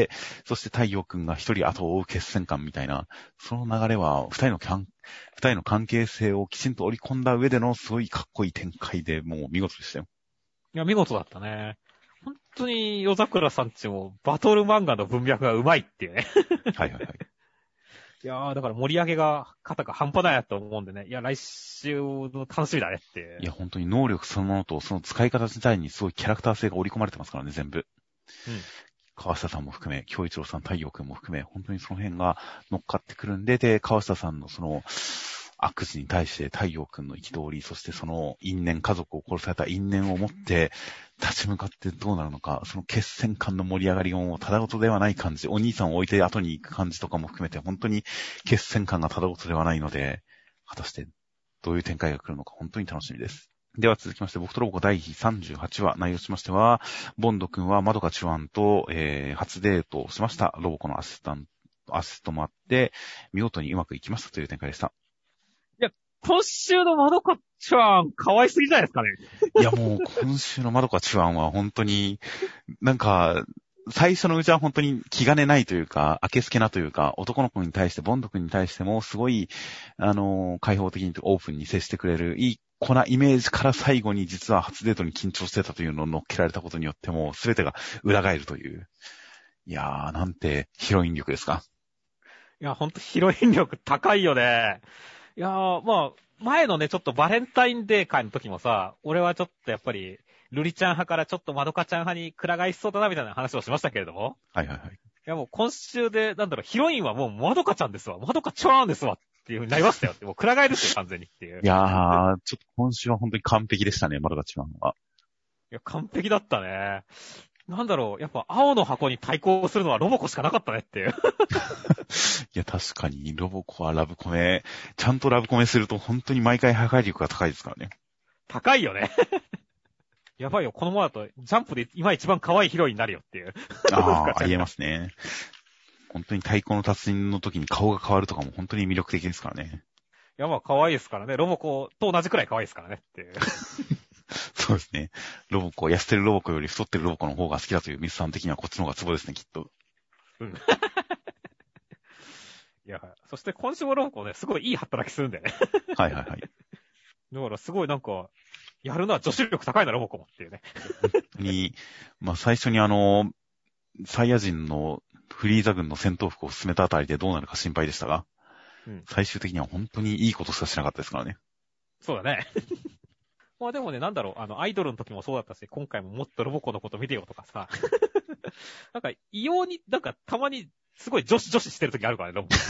A: そして太陽くんが一人後を追う決戦感みたいな、その流れは、二人の関係性をきちんと織り込んだ上でのすごいかっこいい展開で、もう見事でしたよ。
B: いや、見事だったね。本当に夜桜さんちもバトル漫画の文脈がうまいっていうね。
A: はいはいはい。
B: いやー、だから盛り上げが、方が半端ないなと思うんでね。いや、来週の楽しみだねっていう。
A: いや、本当に能力そのものと、その使い方自体にすごいキャラクター性が織り込まれてますからね、全部。
B: うん。
A: 川下さんも含め、京一郎さん、太陽君も含め、本当にその辺が乗っかってくるんで、で、川下さんのその、悪事に対して太陽君の憤り、そしてその因縁、家族を殺された因縁を持って、立ち向かってどうなるのか、その決戦感の盛り上がりをただごとではない感じ、お兄さんを置いて後に行く感じとかも含めて、本当に決戦感がただごとではないので、果たしてどういう展開が来るのか、本当に楽しみです。では続きまして、僕とロボコ第38話、内容しましては、ボンド君はマドカチュアンと、初デートをしました。ロボコのアシストもあって、見事にうまくいきましたという展開でした。
B: いや、今週のマドカチュアン、可愛すぎじゃないですかね。
A: いやもう、今週のマドカチュアンは本当に、なんか、最初のうちは本当に気兼ねないというか、明けすけなというか、男の子に対して、ボンド君に対しても、すごい、開放的にオープンに接してくれる、いい子なイメージから最後に実は初デートに緊張してたというのを乗っけられたことによっても、すべてが裏返るという。いやー、なんてヒロイン力ですか。
B: いや、ほんとヒロイン力高いよね。いやー、まあ、前のね、ちょっとバレンタインデー会の時もさ、俺はちょっとやっぱり、ルリちゃん派からちょっとマドカちゃん派にくら替えしそうだなみたいな話をしましたけれども。
A: はいはいはい。
B: いやもう今週で、ヒロインはもうマドカちゃんですわ。マドカちゃんですわ。っていう風になりましたよって。もうくら替えですよ、完全にっていう。
A: いやー、ちょっと今週は本当に完璧でしたね、マドカチュアンは。
B: いや、完璧だったね。やっぱ青の箱に対抗するのはロボコしかなかったねっていう。い
A: や、確かに、ロボコはラブコメ、ちゃんとラブコメすると本当に毎回破壊力が高いですからね。
B: 高いよね。やばいよ、このままだと、ジャンプで今一番可愛いヒロインになるよっていう。
A: ありえますね。本当に太鼓の達人の時に顔が変わるとかも本当に魅力的ですからね。
B: いや、まあ可愛いですからね。ロボコと同じくらい可愛いですからねっていう。
A: そうですね。痩せてるロボコより太ってるロボコの方が好きだというミスさん的にはこっちの方がツボですね、きっと。
B: うん。いや、そして今週もロボコね、すごいいい働きするんだよね。
A: はいはいはい。
B: だからすごいやるのは女子力高いな、ロボコもっていうね。
A: 本当に、まあ最初にサイヤ人のフリーザ軍の戦闘服を進めたあたりでどうなるか心配でしたが、うん、最終的には本当にいいことしかしなかったですからね。
B: そうだね。まあでもね、アイドルの時もそうだったし、今回ももっとロボコのこと見てよとかさ。異様に、たまにすごい女子してる時あるからね、ロボコって。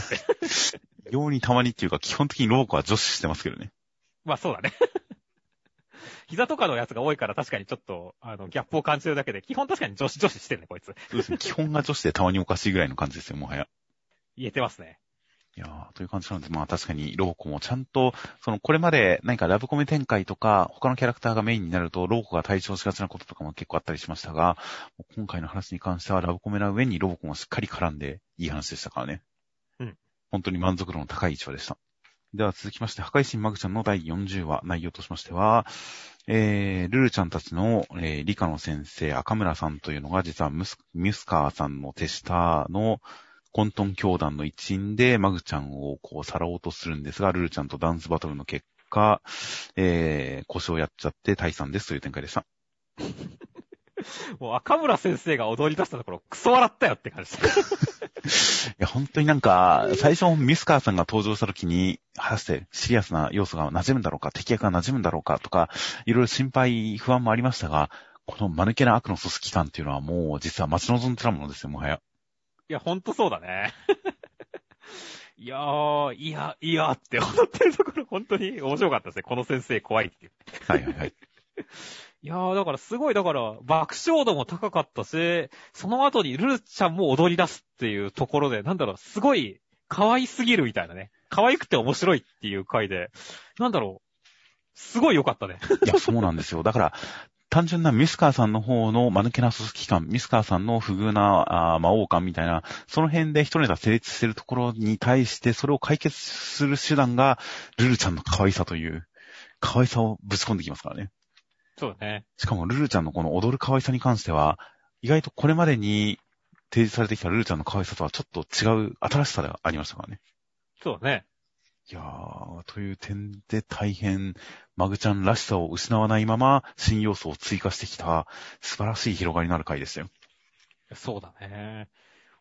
A: 異様にたまにっていうか、基本的にロボコは女子してますけどね。
B: まあそうだね。膝とかのやつが多いから確かにちょっと、ギャップを感じるだけで、基本確かに女子してるね、こいつ。
A: そうですね。基本が女子でたまにおかしいぐらいの感じですよ、もはや。
B: 言えてますね。
A: いやー、という感じなので、まあ確かにロボコもちゃんと、これまで何かラブコメ展開とか、他のキャラクターがメインになると、ロボコが対象しがちなこととかも結構あったりしましたが、今回の話に関してはラブコメな上にロボコもしっかり絡んでいい話でしたからね。
B: うん。
A: 本当に満足度の高い一話でした。では続きまして、破壊神マグちゃんの第40話、内容としましては、ルルちゃんたちの、理科の先生、赤村さんというのが、実はミスカーさんの手下の混沌教団の一員で、マグちゃんをさらおうとするんですが、ルルちゃんとダンスバトルの結果、腰をやっちゃって退散ですという展開でした。
B: もう赤村先生が踊り出したところ、クソ笑ったよって感じ。
A: いや、本当に最初ミスカーさんが登場した時に、果たしてシリアスな要素が馴染むんだろうか、敵役が馴染むんだろうかとか、いろいろ心配、不安もありましたが、この間抜けな悪の組織感っていうのはもう実は待ち望んでたものですよ、もはや。
B: いや、ほんとそうだね。いやって思ってるところ、本当に面白かったですね。この先生怖いっていう。
A: はいはいはい。
B: いやー、爆笑度も高かったし、その後にルルちゃんも踊り出すっていうところで、すごい可愛すぎるみたいなね。可愛くて面白いっていう回で、すごい良かったね。
A: いや、そうなんですよ。だから、単純なミスカーさんの方の間抜けな組織感、ミスカーさんの不遇な魔王感みたいな、その辺で一ネタ成立しているところに対して、それを解決する手段が、ルルちゃんの可愛さという、可愛さをぶち込んできますからね。
B: そうだね。
A: しかもルルちゃんのこの踊る可愛さに関しては、意外とこれまでに提示されてきたルルちゃんの可愛さとはちょっと違う新しさがありましたからね。
B: そうだね。
A: いやー、という点で大変、マグちゃんらしさを失わないまま、新要素を追加してきた、素晴らしい広がりのある回でしたよ。
B: そうだね。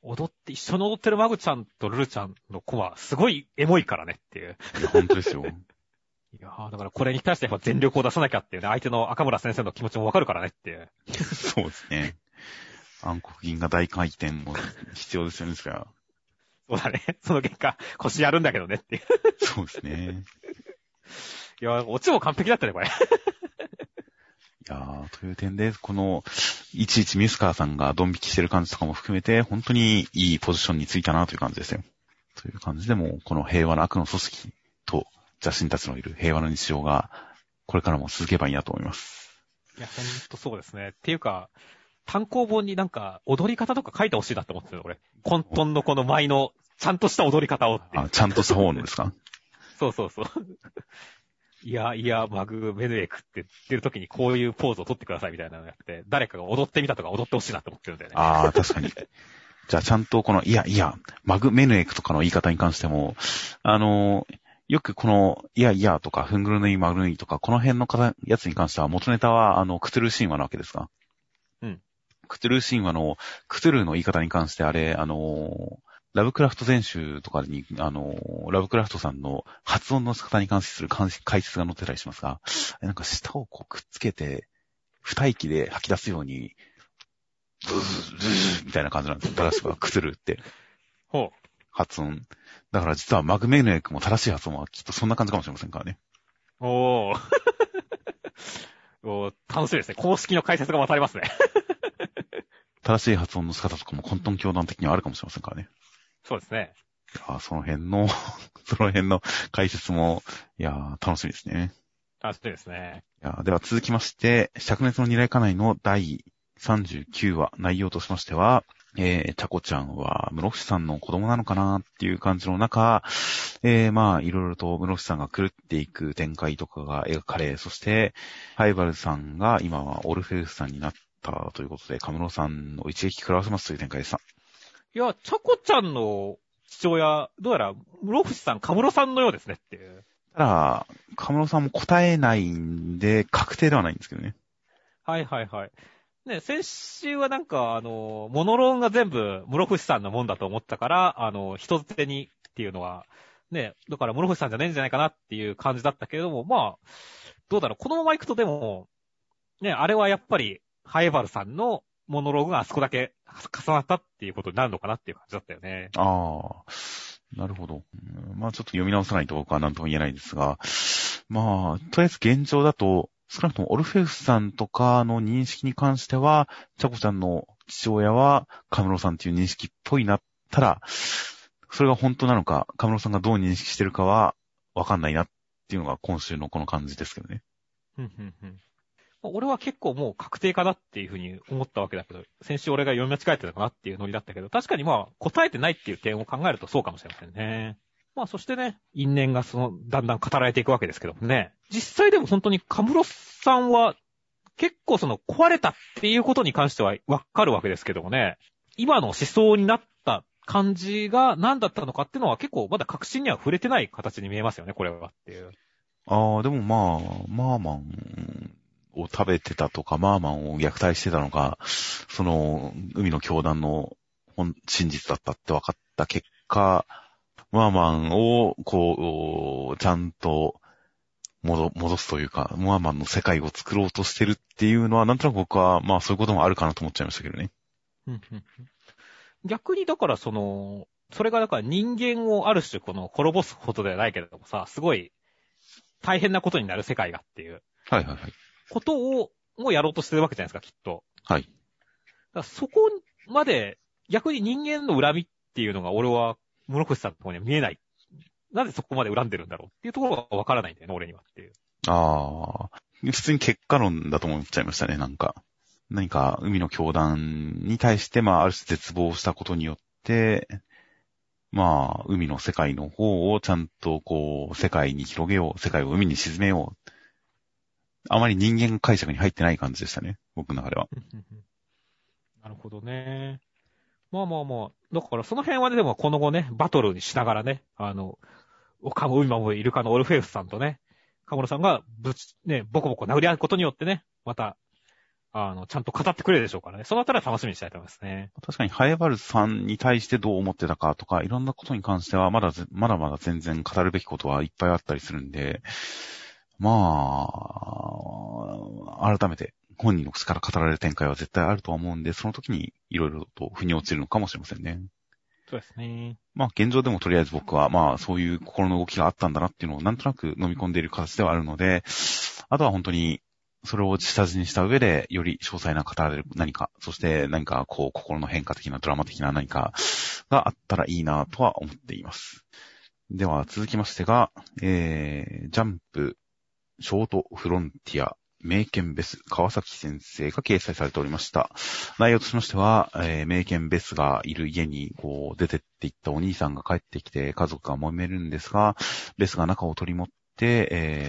B: 一緒に踊ってるマグちゃんとルルちゃんのコマ、すごいエモいからねっていう。
A: いや、本当ですよ。
B: いやー、だからこれに対してやっぱ全力を出さなきゃっていうね、相手の赤村先生の気持ちもわかるからねっていう。
A: そうですね。暗黒銀河大回転も必要ですよね、それは。
B: そうだね。その結果、腰やるんだけどねっていう。
A: そうですね。
B: いやー、オチも完璧だったね、これ。
A: いやー、という点で、この、いちいちミスカーさんがドン引きしてる感じとかも含めて、本当にいいポジションについたなという感じですよ。という感じでも、この平和な悪の組織と邪神たちのいる平和な日常が、これからも続けばいいなと思います。
B: いや、ほんとそうですね。っていうか、単行本になんか、踊り方とか書いてほしいなって思ってたよ、俺。混沌のこの舞の、ちゃんとした踊り方をっていう。
A: あ、ちゃんとした方のですか？
B: そうそうそう。いや、マグメヌエクって言ってる時にこういうポーズを取ってくださいみたいなのやって、誰かが踊ってみたとか踊ってほしいなって思ってるんだよね。
A: ああ、確かに。じゃあちゃんとこの、マグメヌエクとかの言い方に関しても、よくこの、とか、フングルヌイ、マグヌイとか、この辺のやつに関しては、元ネタは、クトゥルー神話なわけですが。
B: うん。
A: クトゥルー神話の、クトゥルーの言い方に関して、あれ、ラブクラフト全集とかに、ラブクラフトさんの発音の仕方に関する解説が載ってたりしますが、なんか舌をこうくっつけて、二息で吐き出すように、ブーみたいな感じなんですよ。正しくはクトゥルーって。
B: ほう。
A: 発音。だから実はマグメヌエクも正しい発音はきっとそんな感じかもしれませんからね。
B: おー。おー、楽しいですね。公式の解説が待たれますね。
A: 正しい発音の仕方とかも混沌教団的にはあるかもしれませんからね。
B: そうですね。
A: その辺の解説も、楽しみですね。
B: 楽しみですね。
A: では続きまして、灼熱の二来家内の第39話、内容としましては、チャコちゃんは室伏さんの子供なのかなっていう感じの中、いろいろと室伏さんが狂っていく展開とかが描かれ、そして、ハイバルさんが今はオルフェウスさんになったということで、カムロさんを一撃食らわせますという展開でした。
B: いや、チャコちゃんの父親、どうやら、室伏さん、カムロさんのようですねっていう。
A: ただ、カムロさんも答えないんで、確定ではないんですけどね。
B: はいはいはい。ね、先週はなんか、モノローンが全部、室伏さんのもんだと思ったから、人捨てにっていうのは、ね、だから室伏さんじゃねえんじゃないかなっていう感じだったけれども、まあ、どうだろう、このまま行くとでも、ね、あれはやっぱり、ハイバルさんのモノローグがあそこだけ重なったっていうことになるのかなっていう感じだったよね。
A: ああ、なるほど。まあちょっと読み直さないと僕は何とも言えないですが、まあ、とりあえず現状だと、少なくともオルフェウスさんとかの認識に関しては、チャコちゃんの父親はカムロさんっていう認識っぽいなったら、それが本当なのか、カムロさんがどう認識してるかはわかんないなっていうのが今週のこの感じですけどね。
B: 俺は結構もう確定かなっていうふうに思ったわけだけど、先週俺が読み間違えてたかなっていうノリだったけど、確かにまあ答えてないっていう点を考えるとそうかもしれませんね。まあそしてね、因縁がだんだん語られていくわけですけどもね。実際でも本当にカムロさんは結構壊れたっていうことに関してはわかるわけですけどもね。今の思想になった感じが何だったのかっていうのは結構まだ確信には触れてない形に見えますよね、これはっていう。
A: でもまあ、マーマンを食べてたとか、マーマンを虐待してたのが、海の教団の真実だったって分かった結果、マーマンを、ちゃんと戻すというか、マーマンの世界を作ろうとしてるっていうのは、なんとなく僕は、まあそういうこともあるかなと思っちゃいましたけどね。
B: 逆にだからそれがだから人間をある種滅ぼすことではないけれどもさ、すごい大変なことになる世界がっていう。
A: はいはいはい。
B: ことを、もうやろうとしてるわけじゃないですか、きっと。
A: はい。
B: だからそこまで、逆に人間の恨みっていうのが俺は、室伏さんのところには見えない。なぜそこまで恨んでるんだろうっていうところがわからないんだよね、俺にはっていう。
A: 普通に結果論だと思っちゃいましたね、なんか。何か海の教団に対して、まあある種絶望したことによって、まあ海の世界の方をちゃんと世界に広げよう、世界を海に沈めよう。あまり人間解釈に入ってない感じでしたね、僕の中では。
B: なるほどね。まあ。だからその辺はね、でもこの後ね、バトルにしながらね、海守イルカのオルフェウスさんとね、カモロさんがボコボコ殴り合うことによってね、また、 ちゃんと語ってくれるでしょうからね。そのあたりは楽しみにしたいと思いますね。
A: 確かに、ハエバルさんに対してどう思ってたかとか、いろんなことに関しては、まだまだ全然語るべきことはいっぱいあったりするんで、まあ、改めて、本人の口から語られる展開は絶対あるとは思うんで、その時にいろいろと腑に落ちるのかもしれませんね。
B: そうですね。
A: まあ、現状でもとりあえず僕は、まあ、そういう心の動きがあったんだなっていうのをなんとなく飲み込んでいる形ではあるので、あとは本当に、それを下地にした上で、より詳細な語られる何か、そして何かこう、心の変化的なドラマ的な何かがあったらいいなとは思っています。では、続きましてが、ジャンプ、ショートフロンティア、名犬ベス、川崎先生が掲載されておりました。内容としましては、名犬ベスがいる家にこう出てっていったお兄さんが帰ってきて家族が揉めるんですが、ベスが仲を取り持って、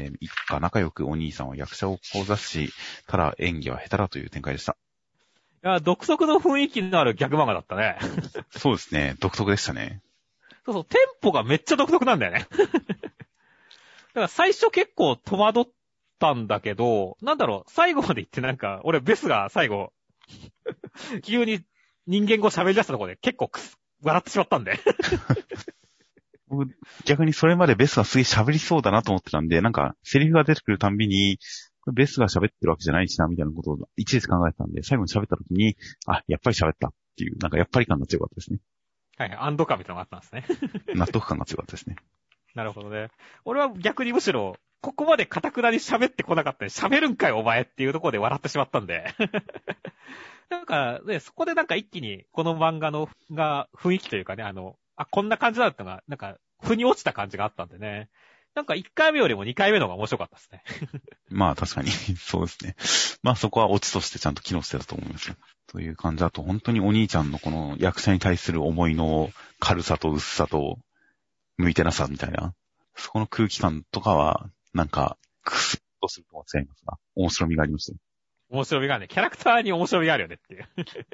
A: 一家仲良くお兄さんは役者を志し、ただ演技は下手だという展開でした。
B: いや、独特の雰囲気のあるギャグ漫画だったね。
A: そうですね、独特でしたね。
B: そうそう、テンポがめっちゃ独特なんだよね。だから最初結構戸惑ったんだけど、なんだろう、最後まで言ってなんか、俺ベスが最後、急に人間語喋り出したところで結構笑ってしまったんで。
A: 僕、逆にそれまでベスがすげえ喋りそうだなと思ってたんで、なんか、セリフが出てくるたんびに、ベスが喋ってるわけじゃないしな、みたいなことを一時考えてたんで、最後に喋った時に、あ、やっぱり喋ったっていう、なんかやっぱり感が強かったですね。
B: はい、安堵感みたいなのがあったんですね。
A: 納得感が強かったですね。
B: なるほどね。俺は逆にむしろ、ここまで堅くなに喋ってこなかったんで、喋るんかいお前っていうところで笑ってしまったんで。なんか、ね、そこでなんか一気にこの漫画が雰囲気というかね、こんな感じだったのが、なんか、腑に落ちた感じがあったんでね。なんか1回目よりも2回目の方が面白かったですね。
A: まあ確かに、そうですね。まあそこはオチとしてちゃんと機能してたと思いますよ。という感じだと、本当にお兄ちゃんのこの役者に対する思いの軽さと薄さと、向いてなさみたいな、そこの空気感とかは、なんか、クスッとするとは違いますが、面白みがありましたよ。
B: 面白みがね、キャラクターに面白みがあるよねっていう。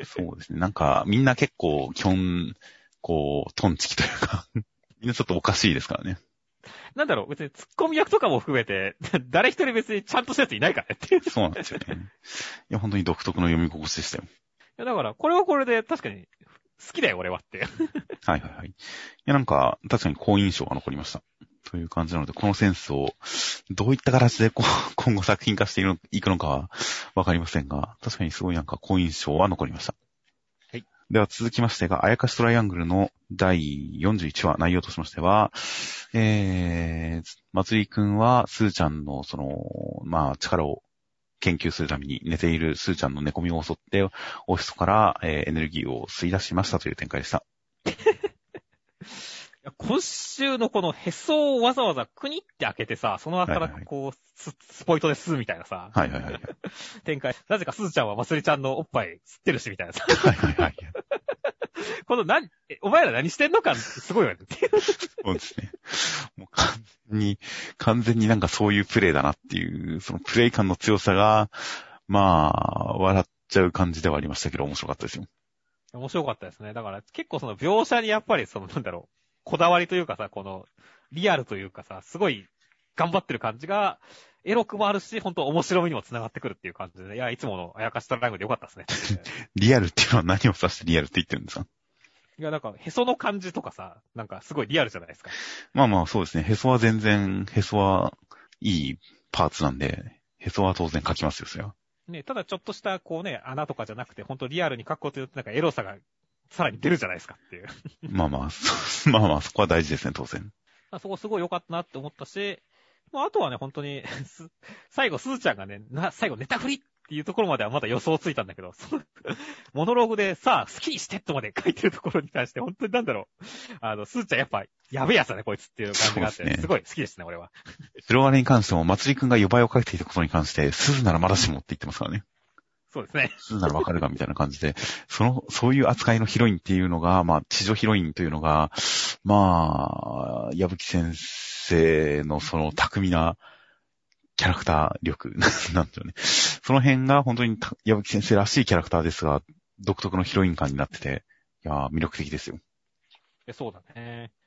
A: そうですね。なんか、みんな結構、トンチキというか、みんなちょっとおかしいですからね。
B: なんだろう、別にツッコミ役とかも含めて、誰一人別にちゃんとしたやついないからねっていう。
A: そうなんですよね。いや、本当に独特の読み心地でしたよ。
B: いや、だから、これはこれで確かに、好きだよ、俺はって。
A: はいはいはい。いや、なんか、確かに好印象が残りました。という感じなので、このセンスを、どういった形で今後作品化していくのかはわかりませんが、確かにすごいなんか好印象は残りました。
B: はい。
A: では続きましてが、あやかしトライアングルの第41話、内容としましては、まつりくんは、すーちゃんの力を研究するために寝ているスーちゃんの寝込みを襲って、オフィスから、エネルギーを吸い出しましたという展開でした。
B: 今週のこのへそをわざわざクニって開けてさ、その後からこう、スポイトで吸うみたいなさ、
A: はいはいはい。
B: 展開。なぜかすずちゃんはまつりちゃんのおっぱい吸ってるしみたいなさ。
A: はいはいはい。
B: このお前ら何してんのかすごいよねっていう。
A: そうですね。もう完全になんかそういうプレイだなっていう、そのプレイ感の強さが、まあ、笑っちゃう感じではありましたけど、面白かったですよ。
B: 面白かったですね。だから結構その描写にやっぱりなんだろう、こだわりというかさ、この、リアルというかさ、すごい頑張ってる感じが、エロくもあるし、本当面白みにも繋がってくるっていう感じで、いや、いつものあやかしトライアングルでよかったですね。
A: リアルっていうのは何を指してリアルって言ってるんですか？
B: いや、なんか、へその感じとかさ、なんかすごいリアルじゃないですか。
A: まあまあ、そうですね。へそはいいパーツなんで、へそは当然書きますよ、それは。
B: ね、ただちょっとしたこうね、穴とかじゃなくて、本当リアルに書くことによってなんかエロさがさらに出るじゃないですかっていう。
A: まあまあ、そこは大事ですね、当然。
B: そこすごい良かったなって思ったし、あとはね、本当に最後、すずちゃんがね、最後ネタ振りっていうところまではまだ予想ついたんだけど、モノローグでさあ、好きにしてとまで書いてるところに関して、本当になんだろう。すずちゃんやっぱ、やべえやつだね、こいつっていう感じがあって、すごい好きですね、俺は。
A: 白金に関しても、まつりくんが予売をかけていたことに関して、すずならまだしもって言ってますからね。
B: そうですね。
A: すずならわかるかみたいな感じで、そういう扱いのヒロインっていうのが、まあ、地上ヒロインというのが、まあ、矢吹先生のその巧みなキャラクター力なんですよね。その辺が本当に矢吹先生らしいキャラクターですが、独特のヒロイン感になってて、いやー、魅力的ですよ。
B: そうだね。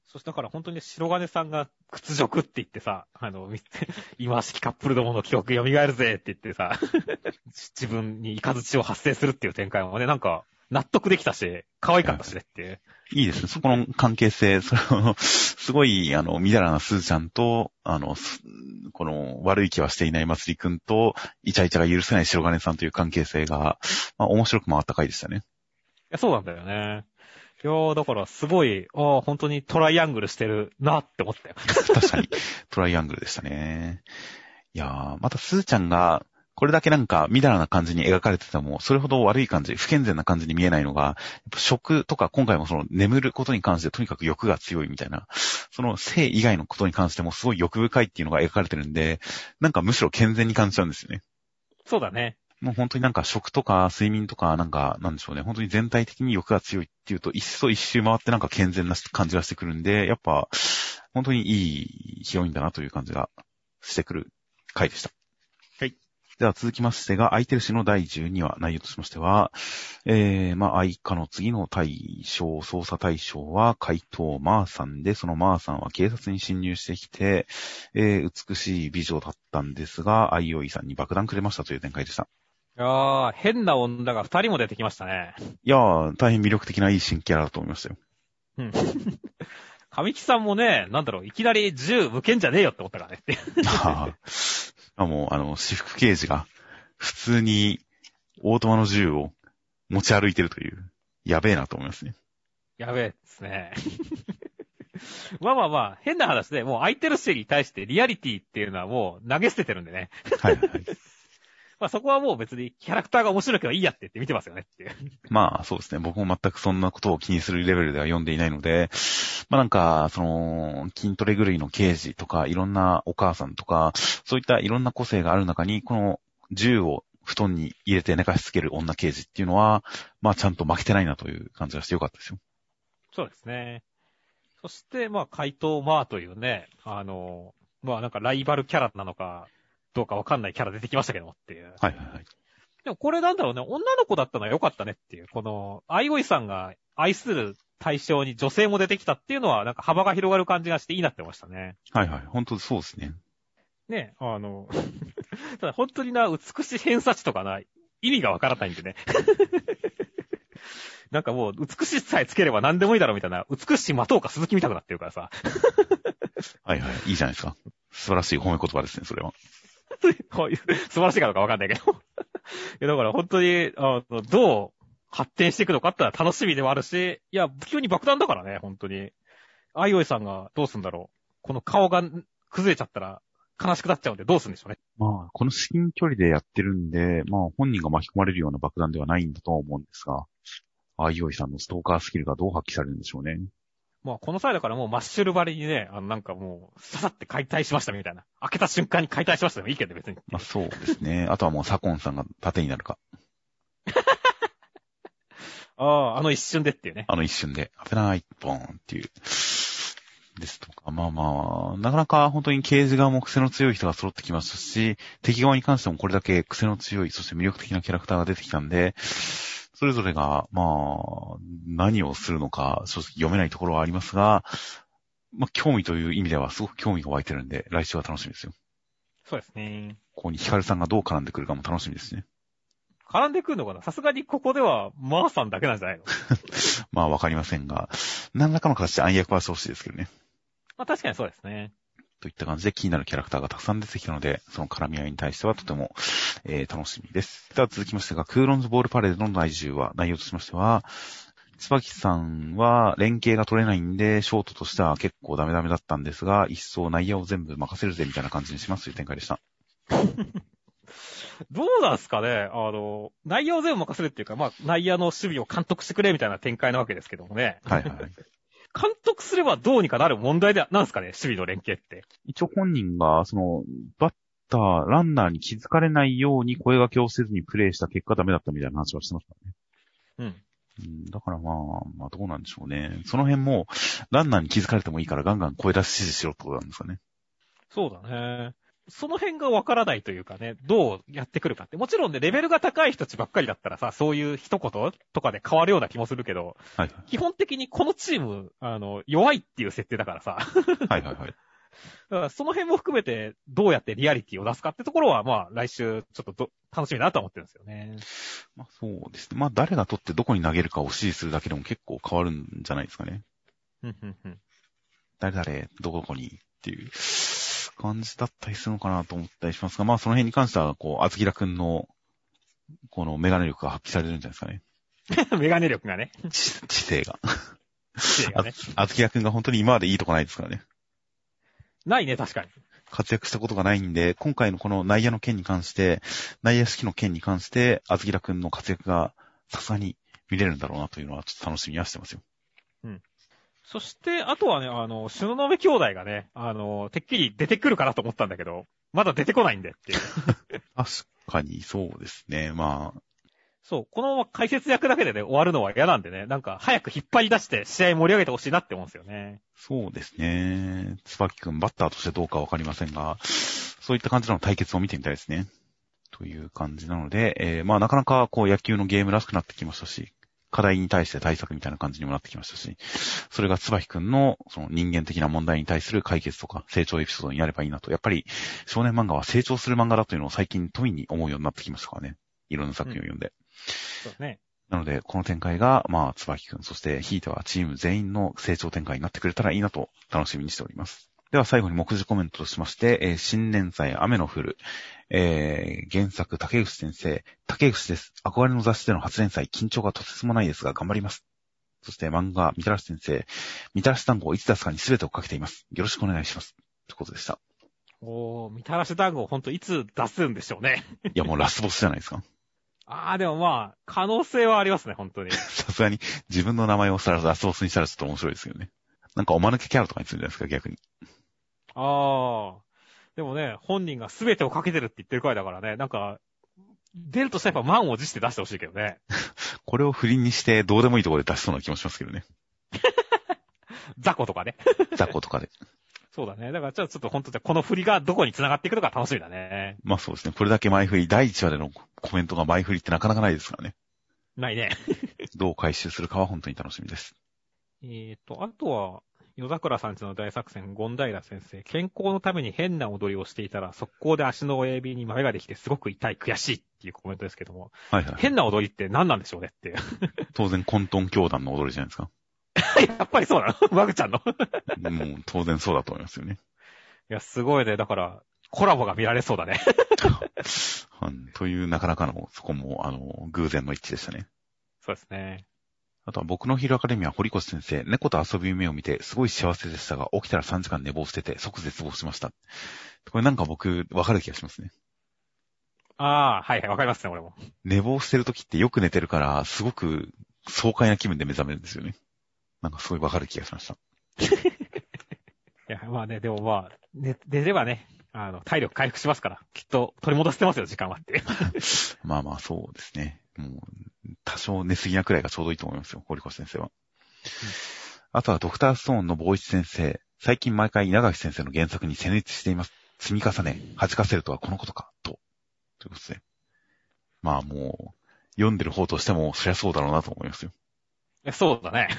B: そしてだから本当に白金さんが屈辱って言ってさ、今式カップルどもの記憶蘇るぜって言ってさ、自分にイカズチを発生するっていう展開もね、なんか納得できたし、可愛かったしねっていう。
A: いいですね。そこの関係性、すごい、みだらなスーちゃんと、この悪い気はしていないまつりくんと、イチャイチャが許せない白金さんという関係性が、まあ、面白くもあったかいでしたね。
B: いや、そうなんだよね。いやー、だからすごい、本当にトライアングルしてるなって思ったよ。
A: 確かに、トライアングルでしたね。いやー、またスーちゃんが、これだけなんか、みだらな感じに描かれてても、それほど悪い感じ、不健全な感じに見えないのが、やっぱ食とか、今回もその眠ることに関してとにかく欲が強いみたいな、その性以外のことに関してもすごい欲深いっていうのが描かれてるんで、なんかむしろ健全に感じちゃうんですよね。
B: そうだね。
A: もう本当になんか食とか睡眠とかなんか、なんでしょうね。本当に全体的に欲が強いっていうと、一周回ってなんか健全な感じがしてくるんで、やっぱ、本当にいいヒロインだなという感じがしてくる回でした。
B: はい。
A: では続きましてが、空いてる詩の第12話、内容としましては、愛花の次の捜査対象は怪盗マーさんで、そのマーさんは警察に侵入してきて、美しい美女だったんですが、愛用医さんに爆弾くれましたという展開でした。
B: 変な女が2人も出てきましたね。
A: いやー、大変魅力的ないい新キャラだと思いましたよ。
B: うん。神木さんもね、いきなり銃向けんじゃねえよって思ったからねって。
A: もう、私服刑事が、普通に、オートマの銃を持ち歩いてるという、やべえなと思いますね。
B: やべえですね。まあ、変な話で、もう空いてるシに対してリアリティっていうのはもう投げ捨ててるんでね。
A: はいはい。
B: まあそこはもう別にキャラクターが面白ければいいやって言って見てますよねっていう。
A: まあそうですね。僕も全くそんなことを気にするレベルでは読んでいないので、まあなんか、筋トレ狂いの刑事とか、いろんなお母さんとか、そういったいろんな個性がある中に、この銃を布団に入れて寝かしつける女刑事っていうのは、まあちゃんと負けてないなという感じがしてよかったですよ。
B: そうですね。そして、まあ怪盗マーというね、まあなんかライバルキャラなのか、どうかわかんないキャラ出てきましたけどもっていう。
A: はいはいはい。
B: でもこれなんだろうね、女の子だったのは良かったねっていう、この、アイオイさんが愛する対象に女性も出てきたっていうのは、なんか幅が広がる感じがしていいなって思いましたね。
A: はいはい。本当そうですね。
B: ね、ただ本当に美しい偏差値とか意味がわからないんでね。なんかもう、美しさえつければ何でもいいだろうみたいな、美しい松岡鈴木見たくなってるからさ。
A: はいはい。いいじゃないですか。素晴らしい褒め言葉ですね、それは。
B: こういう、素晴らしいかどうかわかんないけど。いや、だから本当に、どう発展していくのかってのは楽しみでもあるし、いや、急に爆弾だからね、本当に。アイオイさんがどうすんだろう。この顔が崩れちゃったら悲しくなっちゃうんでどうすんでしょうね。
A: まあ、この至近距離でやってるんで、まあ本人が巻き込まれるような爆弾ではないんだとは思うんですが、アイオイさんのストーカースキルがどう発揮されるんでしょうね。
B: まあ、この際だからもうマッシュル張りにね、なんかもう、ささって解体しましたみたいな。開けた瞬間に解体しましたでもいいけど別に。
A: まあそうですね。あとはもうサコンさんが盾になるか。
B: あの一瞬でっていうね。
A: あの一瞬で、危ない、ボーンっていう。ですとか、まあまあ、なかなか本当に刑事側も癖の強い人が揃ってきましたし、敵側に関してもこれだけ癖の強い、そして魅力的なキャラクターが出てきたんで、それぞれが、まあ、何をするのか、正直読めないところはありますが、まあ、興味という意味ではすごく興味が湧いてるんで、来週は楽しみですよ。
B: そうですね。
A: ここにヒカルさんがどう絡んでくるかも楽しみですね。
B: 絡んでくるのかな？さすがにここでは、マーさんだけなんじゃないの？
A: まあわかりませんが、何らかの形で暗躍はしてほしいですけどね。
B: まあ確かにそうですね。
A: といった感じで気になるキャラクターがたくさん出てきたので、その絡み合いに対してはとても、楽しみです。では続きましてが、クーロンズボールパレードの内容としましては、椿さんは連携が取れないんで、ショートとしては結構ダメだったんですが、一層内野を全部任せるぜみたいな感じにしますという展開でした。
B: どうなんすかね内野を全部任せるっていうか、まあ内野の守備を監督してくれみたいな展開なわけですけどもね。
A: はいはい。
B: 監督すればどうにかなる問題では、なんすかね、守備の連携って。
A: 一応本人が、バッター、ランナーに気づかれないように声掛けをせずにプレイした結果ダメだったみたいな話はしてましたね。だからまあどうなんでしょうね。その辺も、ランナーに気づかれてもいいからガンガン声出し指示しろってことなんですかね。
B: そうだね。 その辺がわからないというかね、どうやってくるかって。もちろんね、レベルが高い人たちばっかりだったらさ、そういう一言とかで変わるような気もするけど、
A: はい。
B: 基本的にこのチーム、弱いっていう設定だからさ。
A: はいはいはい。
B: だからその辺も含めて、どうやってリアリティを出すかってところは、まあ、来週、ちょっと楽しみだなと思ってるんですよね。
A: まあそうですね。まあ誰が取ってどこに投げるかを指示するだけでも結構変わるんじゃないですかね。誰々、どこにっていう感じだったりするのかなと思ったりしますが、まあその辺に関しては、あずきらくんの、このメガネ力が発揮されるんじゃないですかね。
B: メガネ力がね。
A: 知性が。
B: 知性がね。
A: あずきらくんが本当に今までいいとこないですからね。
B: ないね、確かに。
A: 活躍したことがないんで、今回のこの内野の件に関して、内野指揮の件に関して、あずきらくんの活躍がさすがに見れるんだろうなというのはちょっと楽しみにはしてますよ。
B: うん。そして、あとはね、東雲兄弟がね、てっきり出てくるかなと思ったんだけど、まだ出てこないんでっていう。
A: 確かにそうですね。まあ。
B: そう、このまま解説役だけでね、終わるのは嫌なんでね、なんか早く引っ張り出して試合盛り上げてほしいなって思うんですよね。
A: そうですね。椿くん、バッターとしてどうかわかりませんが、そういった感じの対決を見てみたいですね。という感じなので、まあなかなか野球のゲームらしくなってきましたし、課題に対して対策みたいな感じにもなってきましたし、それが椿くんのその人間的な問題に対する解決とか成長エピソードになればいいなと。やっぱり少年漫画は成長する漫画だというのを最近富に思うようになってきましたからね。いろんな作品を読んで。
B: そうね。
A: なので、この展開が、まあ、椿くん、そしてひいてはチーム全員の成長展開になってくれたらいいなと楽しみにしております。では最後に目次コメントとしまして、新年祭雨の降る、原作竹内先生、竹内です。憧れの雑誌での初連載、緊張がとてつもないですが頑張ります。そして漫画、みたらし先生、みたらし団子をいつ出すかに全てをかけています。よろしくお願いします。ということでした。
B: みたらし団子ほんといつ出すんでしょうね。
A: いやもうラスボスじゃないですか。
B: でもまあ、可能性はありますね、本当に。
A: さすがに自分の名前をラスボスにしたらちょっと面白いですよね。なんかおまぬけキャラとかにするんじゃないですか、逆に。
B: でもね、本人が全てをかけてるって言ってるくらいだからね、なんか、出るとしたらやっぱ満を持して出してほしいけどね。
A: これを不倫にしてどうでもいいところで出しそうな気もしますけどね。
B: 雑魚とかね。
A: 雑魚とかで。
B: そうだね。だからちょっと本当にこの振りがどこに繋がっていくのか楽しみだね。
A: まあそうですね。これだけ前振り、第1話でのコメントが前振りってなかなかないですからね。
B: ないね。
A: どう回収するかは本当に楽しみです。
B: あとは、夜桜さんちの大作戦、権平先生、健康のために変な踊りをしていたら、速攻で足の親指に豆ができてすごく痛い、悔しいっていうコメントですけども。
A: はいはい。
B: 変な踊りって何なんでしょうねっていう。
A: 当然、混沌教団の踊りじゃないですか。
B: やっぱりそうなのマグちゃんの。
A: もう当然そうだと思いますよね。
B: いや、すごいね。だから、コラボが見られそうだね。
A: という、なかなかの、そこも、偶然の一致でしたね。
B: そうですね。
A: あとは僕のヒーローアカデミア、堀越先生、猫と遊ぶ夢を見て、すごい幸せでしたが、起きたら3時間寝坊してて、即絶望しました。これなんか僕、わかる気がしますね。
B: はいはい、わかりますね、俺も。
A: 寝坊してる時ってよく寝てるから、すごく爽快な気分で目覚めるんですよね。なんかすごいわかる気がしました。
B: いや、まあね、でもまあ、寝ればね、体力回復しますから、きっと取り戻してますよ、時間はって。
A: まあまあ、そうですね。もう、多少寝すぎなくらいがちょうどいいと思いますよ、堀越先生は。あとはドクターストーンの坊一先生、最近毎回稲垣先生の原作に戦慄しています。積み重ね、弾かせるとはこのことか、ということで。まあもう、読んでる方としても、そりゃそうだろうなと思いますよ。
B: そうだね。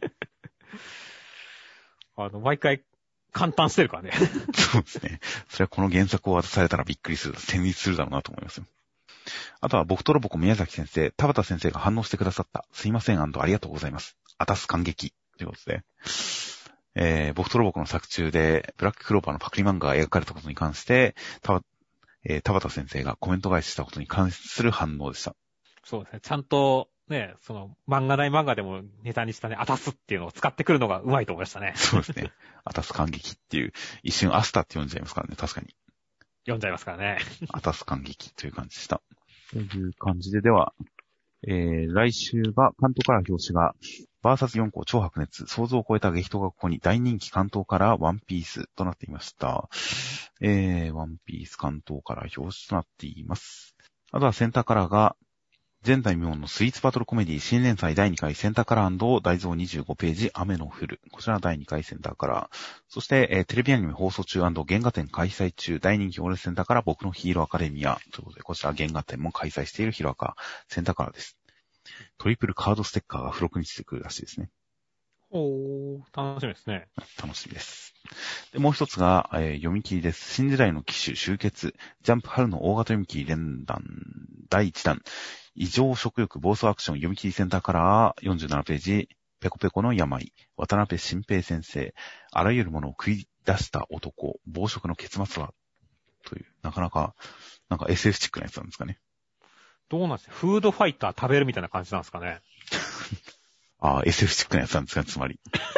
B: 毎回、簡単してるからね。
A: そうですね。それはこの原作を渡されたらびっくりする、戦慄するだろうなと思いますよ。あとは僕とロボコ宮崎先生、田畑先生が反応してくださった。すいません、ありがとうございます。あたす感激。ということで。僕とロボコの作中で、ブラッククローバーのパクリ漫画が描かれたことに関して、田畑先生がコメント返ししたことに関する反応でした。
B: そうですね。ちゃんと、ね、その、漫画内漫画でもネタにしたね、あたすっていうのを使ってくるのがうまいと思いましたね。
A: そうですね。あたす感激っていう、一瞬アスタって読んじゃいますからね、確かに。
B: 読んじゃいますからね。
A: あたす感激という感じでした。という感じで、は、来週が関東から表紙が、バーサス4校超白熱、想像を超えた激闘がここに大人気関東からワンピースとなっていました。ワンピース関東から表紙となっています。あとはセンターカラーが、 前代未聞のスイーツバトルコメディ新連載第2回センターカラー&大蔵25ページ雨の降る。こちら第2回センターカラー。そして、テレビアニメ放送中&原画展開催中大人気オールセンターカラー僕のヒーローアカデミア。ということで、こちら原画展も開催しているヒーローアカセンターカラーです。トリプルカードステッカーが付録についてくるらしいですね。
B: おー、楽しみですね。
A: 楽しみです。で、もう一つが、読み切りです。新時代の騎手集結。ジャンプ春の大型読み切り連弾第1弾。異常食欲暴走アクション読み切りセンターカラー47ページ。ペコペコの病。渡辺新平先生。あらゆるものを食い出した男。暴食の結末はという、なかなか、SF チックなやつなんですかね。
B: どうなんですか？フードファイター食べるみたいな感じなんですかね。
A: ああ、SF チックなやつなんですかね、つまり。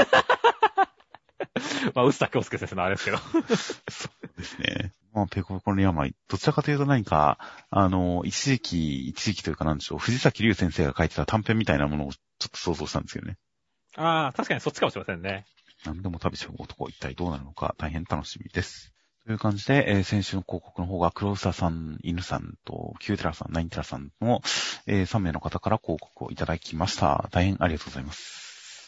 B: まあ、臼田恭介先生のあれですけど。
A: そうですね。まあ、ペコペコの病。どちらかというと何か、一時期というかなんでしょう、藤崎龍先生が書いてた短編みたいなものをちょっと想像したんですけどね。
B: ああ、確かにそっちかもしれませんね。
A: 何でも食べちゃう男、一体どうなるのか大変楽しみです。という感じで、先週の広告の方が黒ustaさん、犬さんと、キューテラさん、ナインテラさんの、3名の方から広告をいただきました。大変ありがとうございます。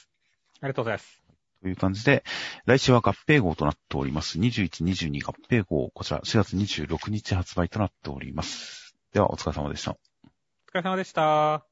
B: ありがとうございます。
A: という感じで、来週は合併号となっております。21、22合併号、こちら4月26日発売となっております。では、お疲れ様でした。
B: お疲れ様でした。